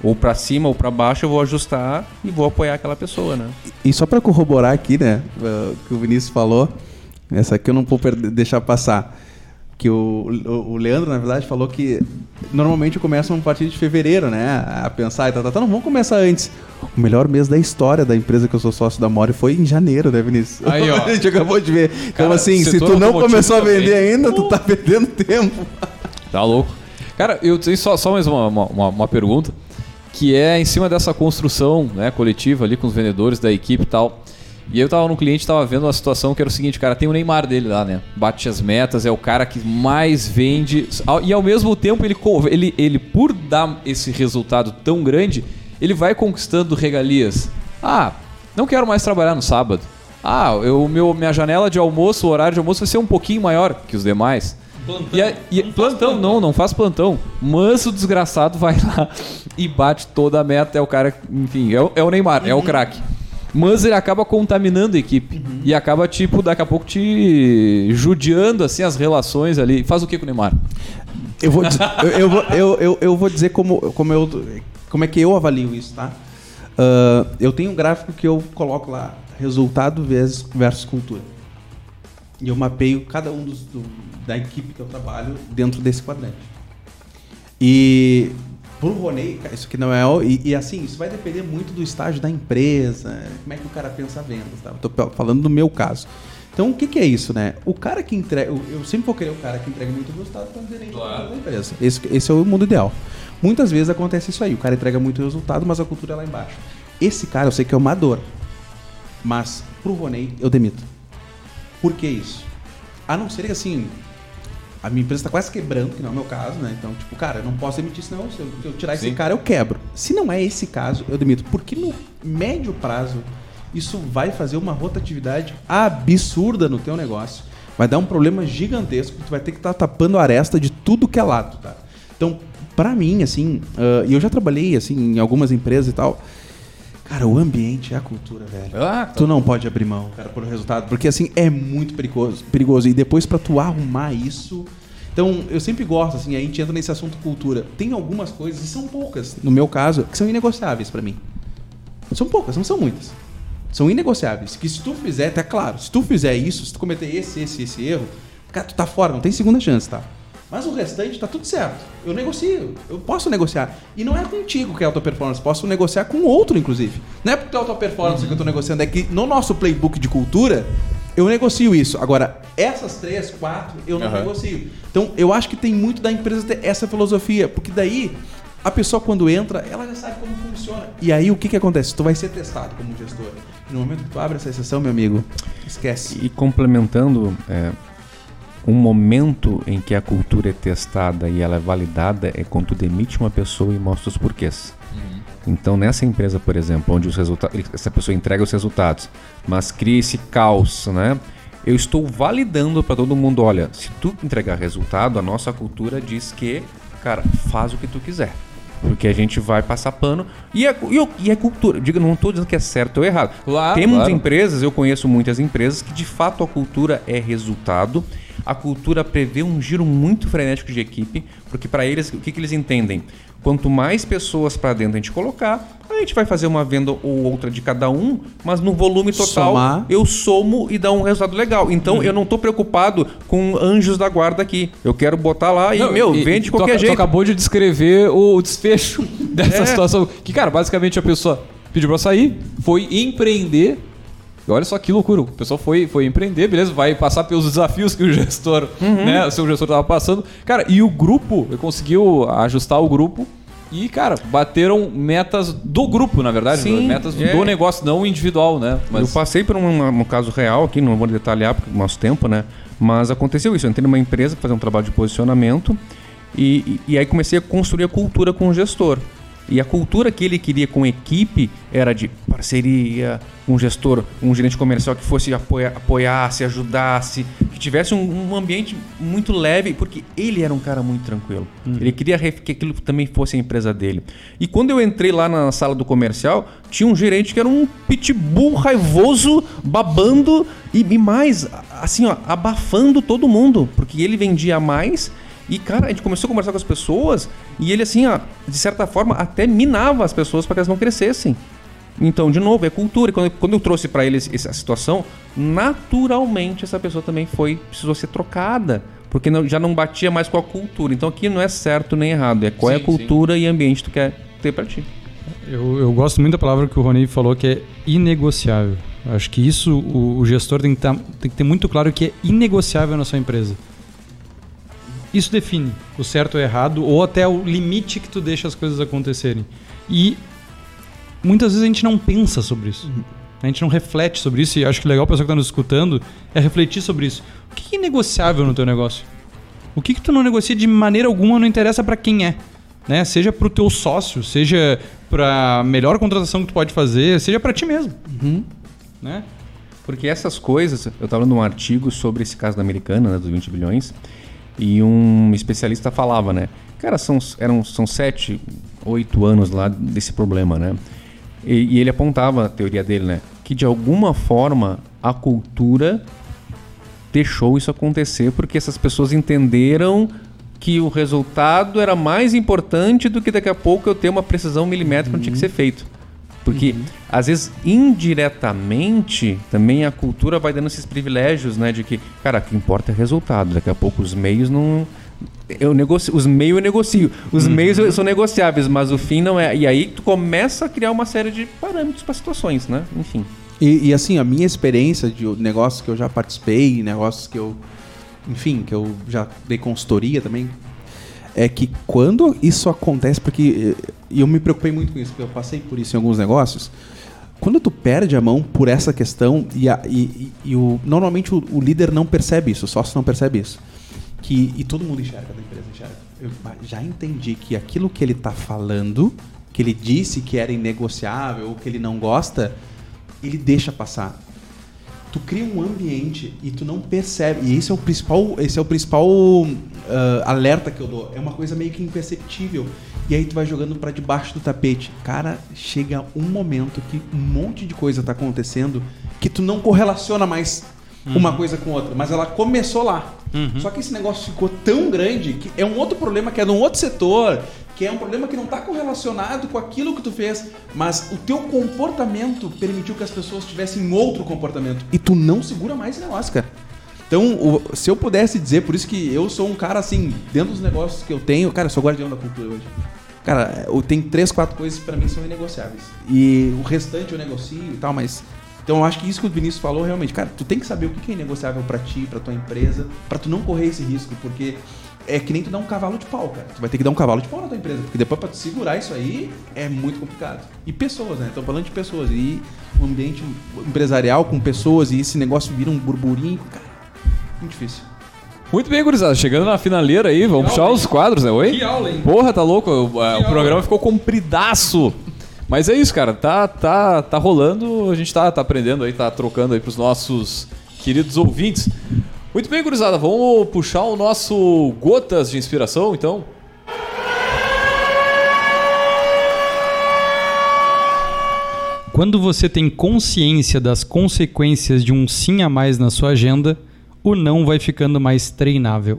ou para cima ou para baixo, eu vou ajustar e vou apoiar aquela pessoa, né? E só para corroborar aqui, né, que o Vinícius falou, essa aqui eu não vou deixar passar, que o Leandro, na verdade, falou que normalmente começam a partir de fevereiro, né, a pensar e não vamos começar antes. O melhor mês da história da empresa que eu sou sócio da Mori foi em janeiro, né, Vinícius? Aí, ó. A gente acabou de ver. Cara, então, assim, se tu não começou a vender ainda, tu tá perdendo tempo. Tá louco. Cara, eu tenho só mais uma pergunta, que é em cima dessa construção, né, coletiva ali com os vendedores da equipe e tal. E eu tava num cliente, tava vendo uma situação que era o seguinte, cara, tem o Neymar dele lá, né? Bate as metas, é o cara que mais vende. E ao mesmo tempo, ele por dar esse resultado tão grande, ele vai conquistando regalias. Ah, não quero mais trabalhar no sábado. Ah, minha janela de almoço, o horário de almoço vai ser um pouquinho maior que os demais. Plantão, não faz plantão. Mas o desgraçado vai lá e bate toda a meta. É o cara, enfim, é o Neymar, é o craque. Mas ele acaba contaminando a equipe. E acaba, tipo, daqui a pouco te judiando, assim, as relações ali. Faz o que com o Neymar? Eu vou dizer como é que eu avalio isso, tá? Eu tenho um gráfico que eu coloco lá, resultado versus cultura. E eu mapeio cada um da equipe que eu trabalho dentro desse quadrante. E pro Ronei, isso aqui não é... E assim, isso vai depender muito do estágio da empresa, como é que o cara pensa a vendas, tá? Tô falando do meu caso. Então, o que é isso, né? O cara que entrega... Eu sempre vou querer o cara que entrega muito resultado para o gerente da empresa. Esse é o mundo ideal. Muitas vezes acontece isso aí. O cara entrega muito resultado, mas a cultura é lá embaixo. Esse cara, eu sei que é uma dor. Mas, pro Ronei, eu demito. Por que isso? A não ser que, assim... A minha empresa está quase quebrando, que não é o meu caso, né? Então, tipo, cara, eu não posso demitir, senão se eu tirar esse cara, eu quebro. Se não é esse caso, eu demito. Porque no médio prazo, isso vai fazer uma rotatividade absurda no teu negócio. Vai dar um problema gigantesco. Tu vai ter que estar tapando a aresta de tudo que é lado, tá? Então, pra mim, assim... E eu já trabalhei, assim, em algumas empresas e tal... Cara, o ambiente é a cultura, velho. Tu não pode abrir mão, cara, por resultado. Porque, assim, é muito perigoso. E depois, pra tu arrumar isso... Então, eu sempre gosto, assim, a gente entra nesse assunto cultura. Tem algumas coisas, e são poucas, no meu caso, que são inegociáveis pra mim. São poucas, não são muitas. São inegociáveis. Que se tu fizer, tá claro, se tu fizer isso, se tu cometer esse erro, cara, tu tá fora, não tem segunda chance, tá? Mas o restante tá tudo certo. Eu negocio, eu posso negociar. E não é contigo que é auto performance, posso negociar com outro, inclusive. Não é porque é auto performance que eu tô negociando, é que no nosso playbook de cultura, eu negocio isso. Agora, essas 3, 4, eu não negocio. Então, eu acho que tem muito da empresa ter essa filosofia, porque daí a pessoa quando entra, ela já sabe como funciona. E aí, o que acontece? Tu vai ser testado como gestor. No momento que tu abre essa exceção, meu amigo, esquece. E complementando... Um momento em que a cultura é testada e ela é validada é quando tu demite uma pessoa e mostra os porquês. Então, nessa empresa, por exemplo, onde essa pessoa entrega os resultados, mas cria esse caos, né? Eu estou validando para todo mundo, olha, se tu entregar resultado, a nossa cultura diz que, cara, faz o que tu quiser. Porque a gente vai passar pano. E é cultura. Diga, não estou dizendo que é certo ou errado. Temos empresas, eu conheço muitas empresas, que de fato a cultura é resultado. A cultura prevê um giro muito frenético de equipe, porque para eles, o que eles entendem? Quanto mais pessoas para dentro a gente colocar, a gente vai fazer uma venda ou outra de cada um, mas no volume total eu somo e dá um resultado legal. Então eu não estou preocupado com anjos da guarda aqui. Eu quero botar lá vende de qualquer jeito. Tu acabou de descrever o desfecho dessa situação. Que, cara, basicamente a pessoa pediu para sair, foi empreender. E olha só que loucura, o pessoal foi empreender, beleza, vai passar pelos desafios que o gestor, né, o seu gestor estava passando. Cara, e o grupo, ele conseguiu ajustar o grupo e, cara, bateram metas do grupo, na verdade. Sim, metas do negócio, não individual, né? Mas... Eu passei por um caso real aqui, não vou detalhar porque é o nosso tempo, né? Mas aconteceu isso, eu entrei numa empresa para fazer um trabalho de posicionamento e aí comecei a construir a cultura com o gestor. E a cultura que ele queria com a equipe era de parceria, um gestor, um gerente comercial que fosse apoiasse, ajudasse, que tivesse um ambiente muito leve, porque ele era um cara muito tranquilo. Ele queria que aquilo também fosse a empresa dele. E quando eu entrei lá na sala do comercial, tinha um gerente que era um pitbull raivoso, babando e mais, assim, ó, abafando todo mundo, porque ele vendia mais. E, cara, a gente começou a conversar com as pessoas e ele, assim, ó, de certa forma, até minava as pessoas para que elas não crescessem. Então, de novo, é cultura. E quando eu trouxe para eles essa situação, naturalmente essa pessoa também precisou ser trocada. Porque já não batia mais com a cultura. Então aqui não é certo nem errado. É qual é a cultura e ambiente que tu quer ter para ti. Eu gosto muito da palavra que o Rony falou, que é inegociável. Acho que isso o gestor tem que ter muito claro que é inegociável na sua empresa. Isso define o certo ou errado, ou até o limite que tu deixa as coisas acontecerem. E muitas vezes a gente não pensa sobre isso. A gente não reflete sobre isso, e acho que legal a pessoa que está nos escutando é refletir sobre isso. O que é negociável no teu negócio? O que tu não negocia de maneira alguma, não interessa para quem é. Né? Seja para o teu sócio, seja para a melhor contratação que tu pode fazer, seja para ti mesmo. Né? Porque essas coisas... Eu estava lendo um artigo sobre esse caso da Americana, né, dos 20 bilhões, e um especialista falava, né? Cara, são 7, 8 anos lá desse problema, né? E ele apontava a teoria dele, né? Que de alguma forma a cultura deixou isso acontecer porque essas pessoas entenderam que o resultado era mais importante do que daqui a pouco eu ter uma precisão milimétrica que não tinha que ser feito. Porque, às vezes, indiretamente, também a cultura vai dando esses privilégios, né? De que, cara, o que importa é resultado. Daqui a pouco os meios não... Os meios eu negocio. Os meios são negociáveis, mas o fim não é. E aí tu começa a criar uma série de parâmetros para situações, né? Enfim. E assim, a minha experiência de negócios que eu já participei, negócios que eu... Enfim, que eu já dei consultoria também, é que quando isso acontece, porque eu me preocupei muito com isso, porque eu passei por isso em alguns negócios, quando tu perde a mão por essa questão, normalmente o líder não percebe isso, o sócio não percebe isso, e todo mundo enxerga, da empresa enxerga. Eu já entendi que aquilo que ele está falando, que ele disse que era inegociável, ou que ele não gosta, ele deixa passar. Tu cria um ambiente e tu não percebe. E esse é o principal alerta que eu dou. É uma coisa meio que imperceptível. E aí tu vai jogando pra debaixo do tapete. Cara, chega um momento que um monte de coisa tá acontecendo que tu não correlaciona mais uma coisa com outra. Mas ela começou lá. Só que esse negócio ficou tão grande que é um outro problema que é num outro setor, que é um problema que não está correlacionado com aquilo que tu fez, mas o teu comportamento permitiu que as pessoas tivessem outro comportamento. E tu não segura mais esse negócio, cara. Então, se eu pudesse dizer, por isso que eu sou um cara assim, dentro dos negócios que eu tenho, cara, eu sou guardião da cultura hoje. Cara, eu tenho 3, 4 coisas que pra mim são inegociáveis. E o restante eu negocio e tal, mas... Então eu acho que isso que o Vinícius falou realmente, cara, tu tem que saber o que é inegociável pra ti, pra tua empresa, pra tu não correr esse risco, porque é que nem tu dar um cavalo de pau, cara. Tu vai ter que dar um cavalo de pau na tua empresa, porque depois pra tu segurar isso aí é muito complicado. E pessoas, né? Tô falando de pessoas. E um ambiente empresarial com pessoas e esse negócio vira um burburinho, cara, muito difícil. Muito bem, gurizada. Chegando na finaleira aí, vamos puxar os quadros, né? Oi? Que aula, hein? Porra, tá louco? O programa ficou compridaço. Mas é isso, cara. Tá rolando, a gente tá aprendendo aí, tá trocando aí pros nossos queridos ouvintes. Muito bem, gurizada. Vamos puxar o nosso Gotas de Inspiração, então. Quando você tem consciência das consequências de um sim a mais na sua agenda, o não vai ficando mais treinável.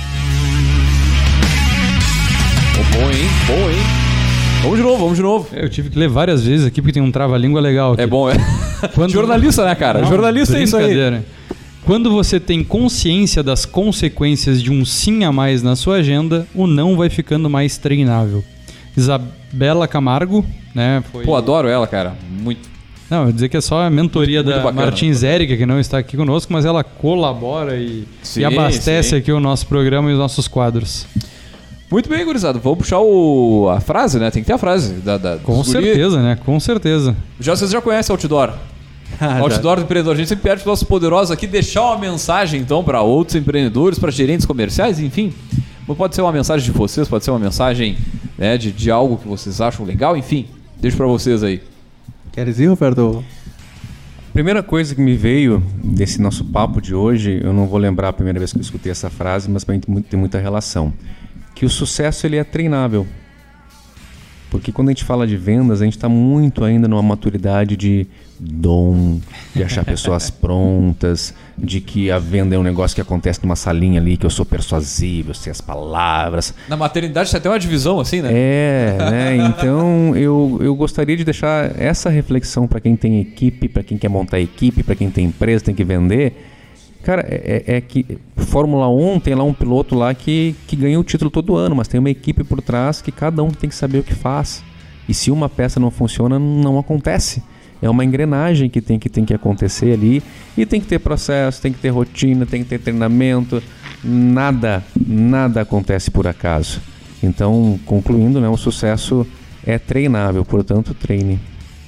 Bom, hein? Bom, hein? Vamos de novo. Eu tive que ler várias vezes aqui porque tem um trava-língua legal aqui. É bom, é. Jornalista, né, cara? Não, jornalista é isso aí. Quando você tem consciência das consequências de um sim a mais na sua agenda, o não vai ficando mais treinável. Isabela Camargo, né? Pô, adoro ela, cara. Muito. Não, eu vou dizer que é só a mentoria muito da bacana. Martins Érica, que não está aqui conosco, mas ela colabora e abastece aqui o nosso programa e os nossos quadros. Muito bem, gurizada. Vamos puxar a frase, né? Tem que ter a frase. Com certeza, né? Com certeza. Vocês já conhecem Outdoor? Outdoor do empreendedor. A gente sempre pede para os nossos poderosos aqui deixar uma mensagem, então, para outros empreendedores, para gerentes comerciais, enfim. Pode ser uma mensagem de vocês, pode ser uma mensagem, né, de algo que vocês acham legal, enfim. Deixo para vocês aí. Queres ir, Roberto? A primeira coisa que me veio desse nosso papo de hoje, eu não vou lembrar a primeira vez que eu escutei essa frase, mas para mim tem muita relação. Que o sucesso ele é treinável. Porque quando a gente fala de vendas, a gente está muito ainda numa maturidade de dom, de achar pessoas prontas, de que a venda é um negócio que acontece numa salinha ali, que eu sou persuasivo, eu sei as palavras. Na maternidade você tem uma divisão assim, né? Né? Então eu gostaria de deixar essa reflexão para quem tem equipe, para quem quer montar equipe, para quem tem empresa, tem que vender. Cara, é que Fórmula 1 tem lá um piloto lá que ganha o título todo ano, mas tem uma equipe por trás que cada um tem que saber o que faz. E se uma peça não funciona, não acontece. É uma engrenagem que tem que acontecer ali. E tem que ter processo, tem que ter rotina, tem que ter treinamento. Nada acontece por acaso. Então, concluindo, né, o sucesso é treinável, portanto, treine.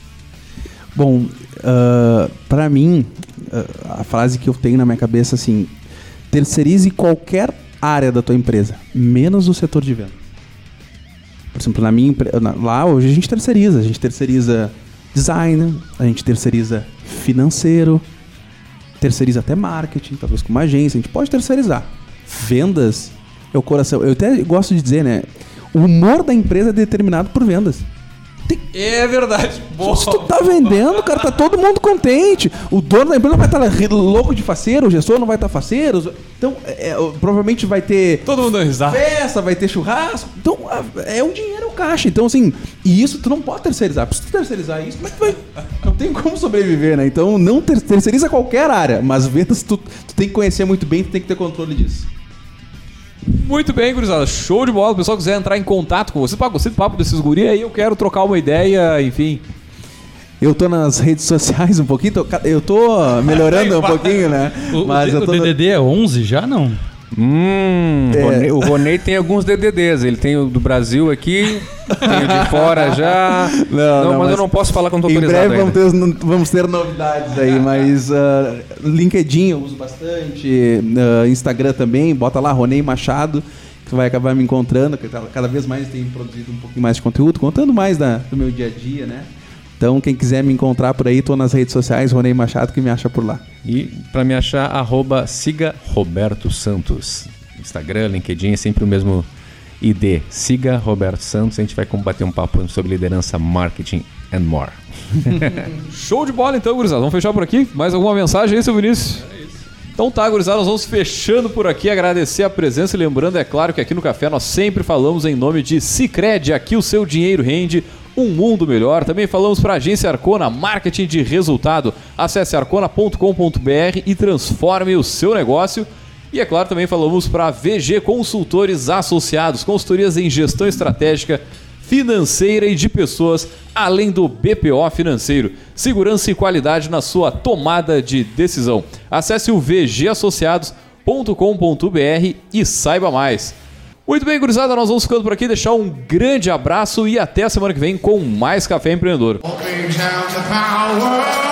Bom, para mim, a frase que eu tenho na minha cabeça assim: terceirize qualquer área da tua empresa, menos o setor de venda. Por exemplo, na minha empresa, lá hoje a gente terceiriza design, a gente terceiriza financeiro, terceiriza até marketing, talvez com uma agência, a gente pode terceirizar. Vendas é o coração. Eu até gosto de dizer, né? O humor da empresa é determinado por vendas. É verdade. Boa. Se tu tá vendendo, cara, tá todo mundo contente. O dono da empresa não vai estar louco de faceiro, o gestor não vai estar faceiro. Então, provavelmente vai ter todo mundo risar. Festa, vai ter churrasco. Então, o dinheiro, é o caixa. Então, assim, e isso tu não pode terceirizar. Se tu terceirizar isso, como é que vai? Não tem como sobreviver, né? Então, não terceiriza qualquer área, mas vendas tu tem que conhecer muito bem, tu tem que ter controle disso. Muito bem, gurizada. Show de bola. Se o pessoal quiser entrar em contato com você, gostei do papo desses guri aí, eu quero trocar uma ideia, enfim. Eu tô nas redes sociais um pouquinho, eu tô melhorando um pouquinho, né? Mas o DDD é 11 já, não? O Ronei tem alguns DDDs. Ele tem o do Brasil aqui, tem o de fora já. Mas eu não posso falar quando estou autorizado. Em breve vamos ter novidades aí, mas LinkedIn eu uso bastante, Instagram também, bota lá Ronei Machado, que você vai acabar me encontrando, que cada vez mais tem produzido um pouquinho mais de conteúdo, contando mais do meu dia a dia, né? Então, quem quiser me encontrar por aí, tô nas redes sociais, Ronei Machado, que me acha por lá. E para me achar, siga Roberto Santos. Instagram, LinkedIn, é sempre o mesmo ID. Siga Roberto Santos, a gente vai bater um papo sobre liderança, marketing and more. Show de bola então, gurizada. Vamos fechar por aqui? Mais alguma mensagem aí, seu Vinícius? É isso. Então tá, gurizada, nós vamos fechando por aqui, agradecer a presença e lembrando, é claro, que aqui no Café nós sempre falamos em nome de Sicredi, aqui o seu dinheiro rende um mundo melhor. Também falamos para a agência Arcona, marketing de resultado. Acesse arcona.com.br e transforme o seu negócio. E é claro, também falamos para a VG Consultores Associados, consultorias em gestão estratégica, financeira e de pessoas, além do BPO financeiro. Segurança e qualidade na sua tomada de decisão. Acesse o vgassociados.com.br e saiba mais. Muito bem, gurizada, nós vamos ficando por aqui, deixar um grande abraço e até a semana que vem com mais Café Empreendedor.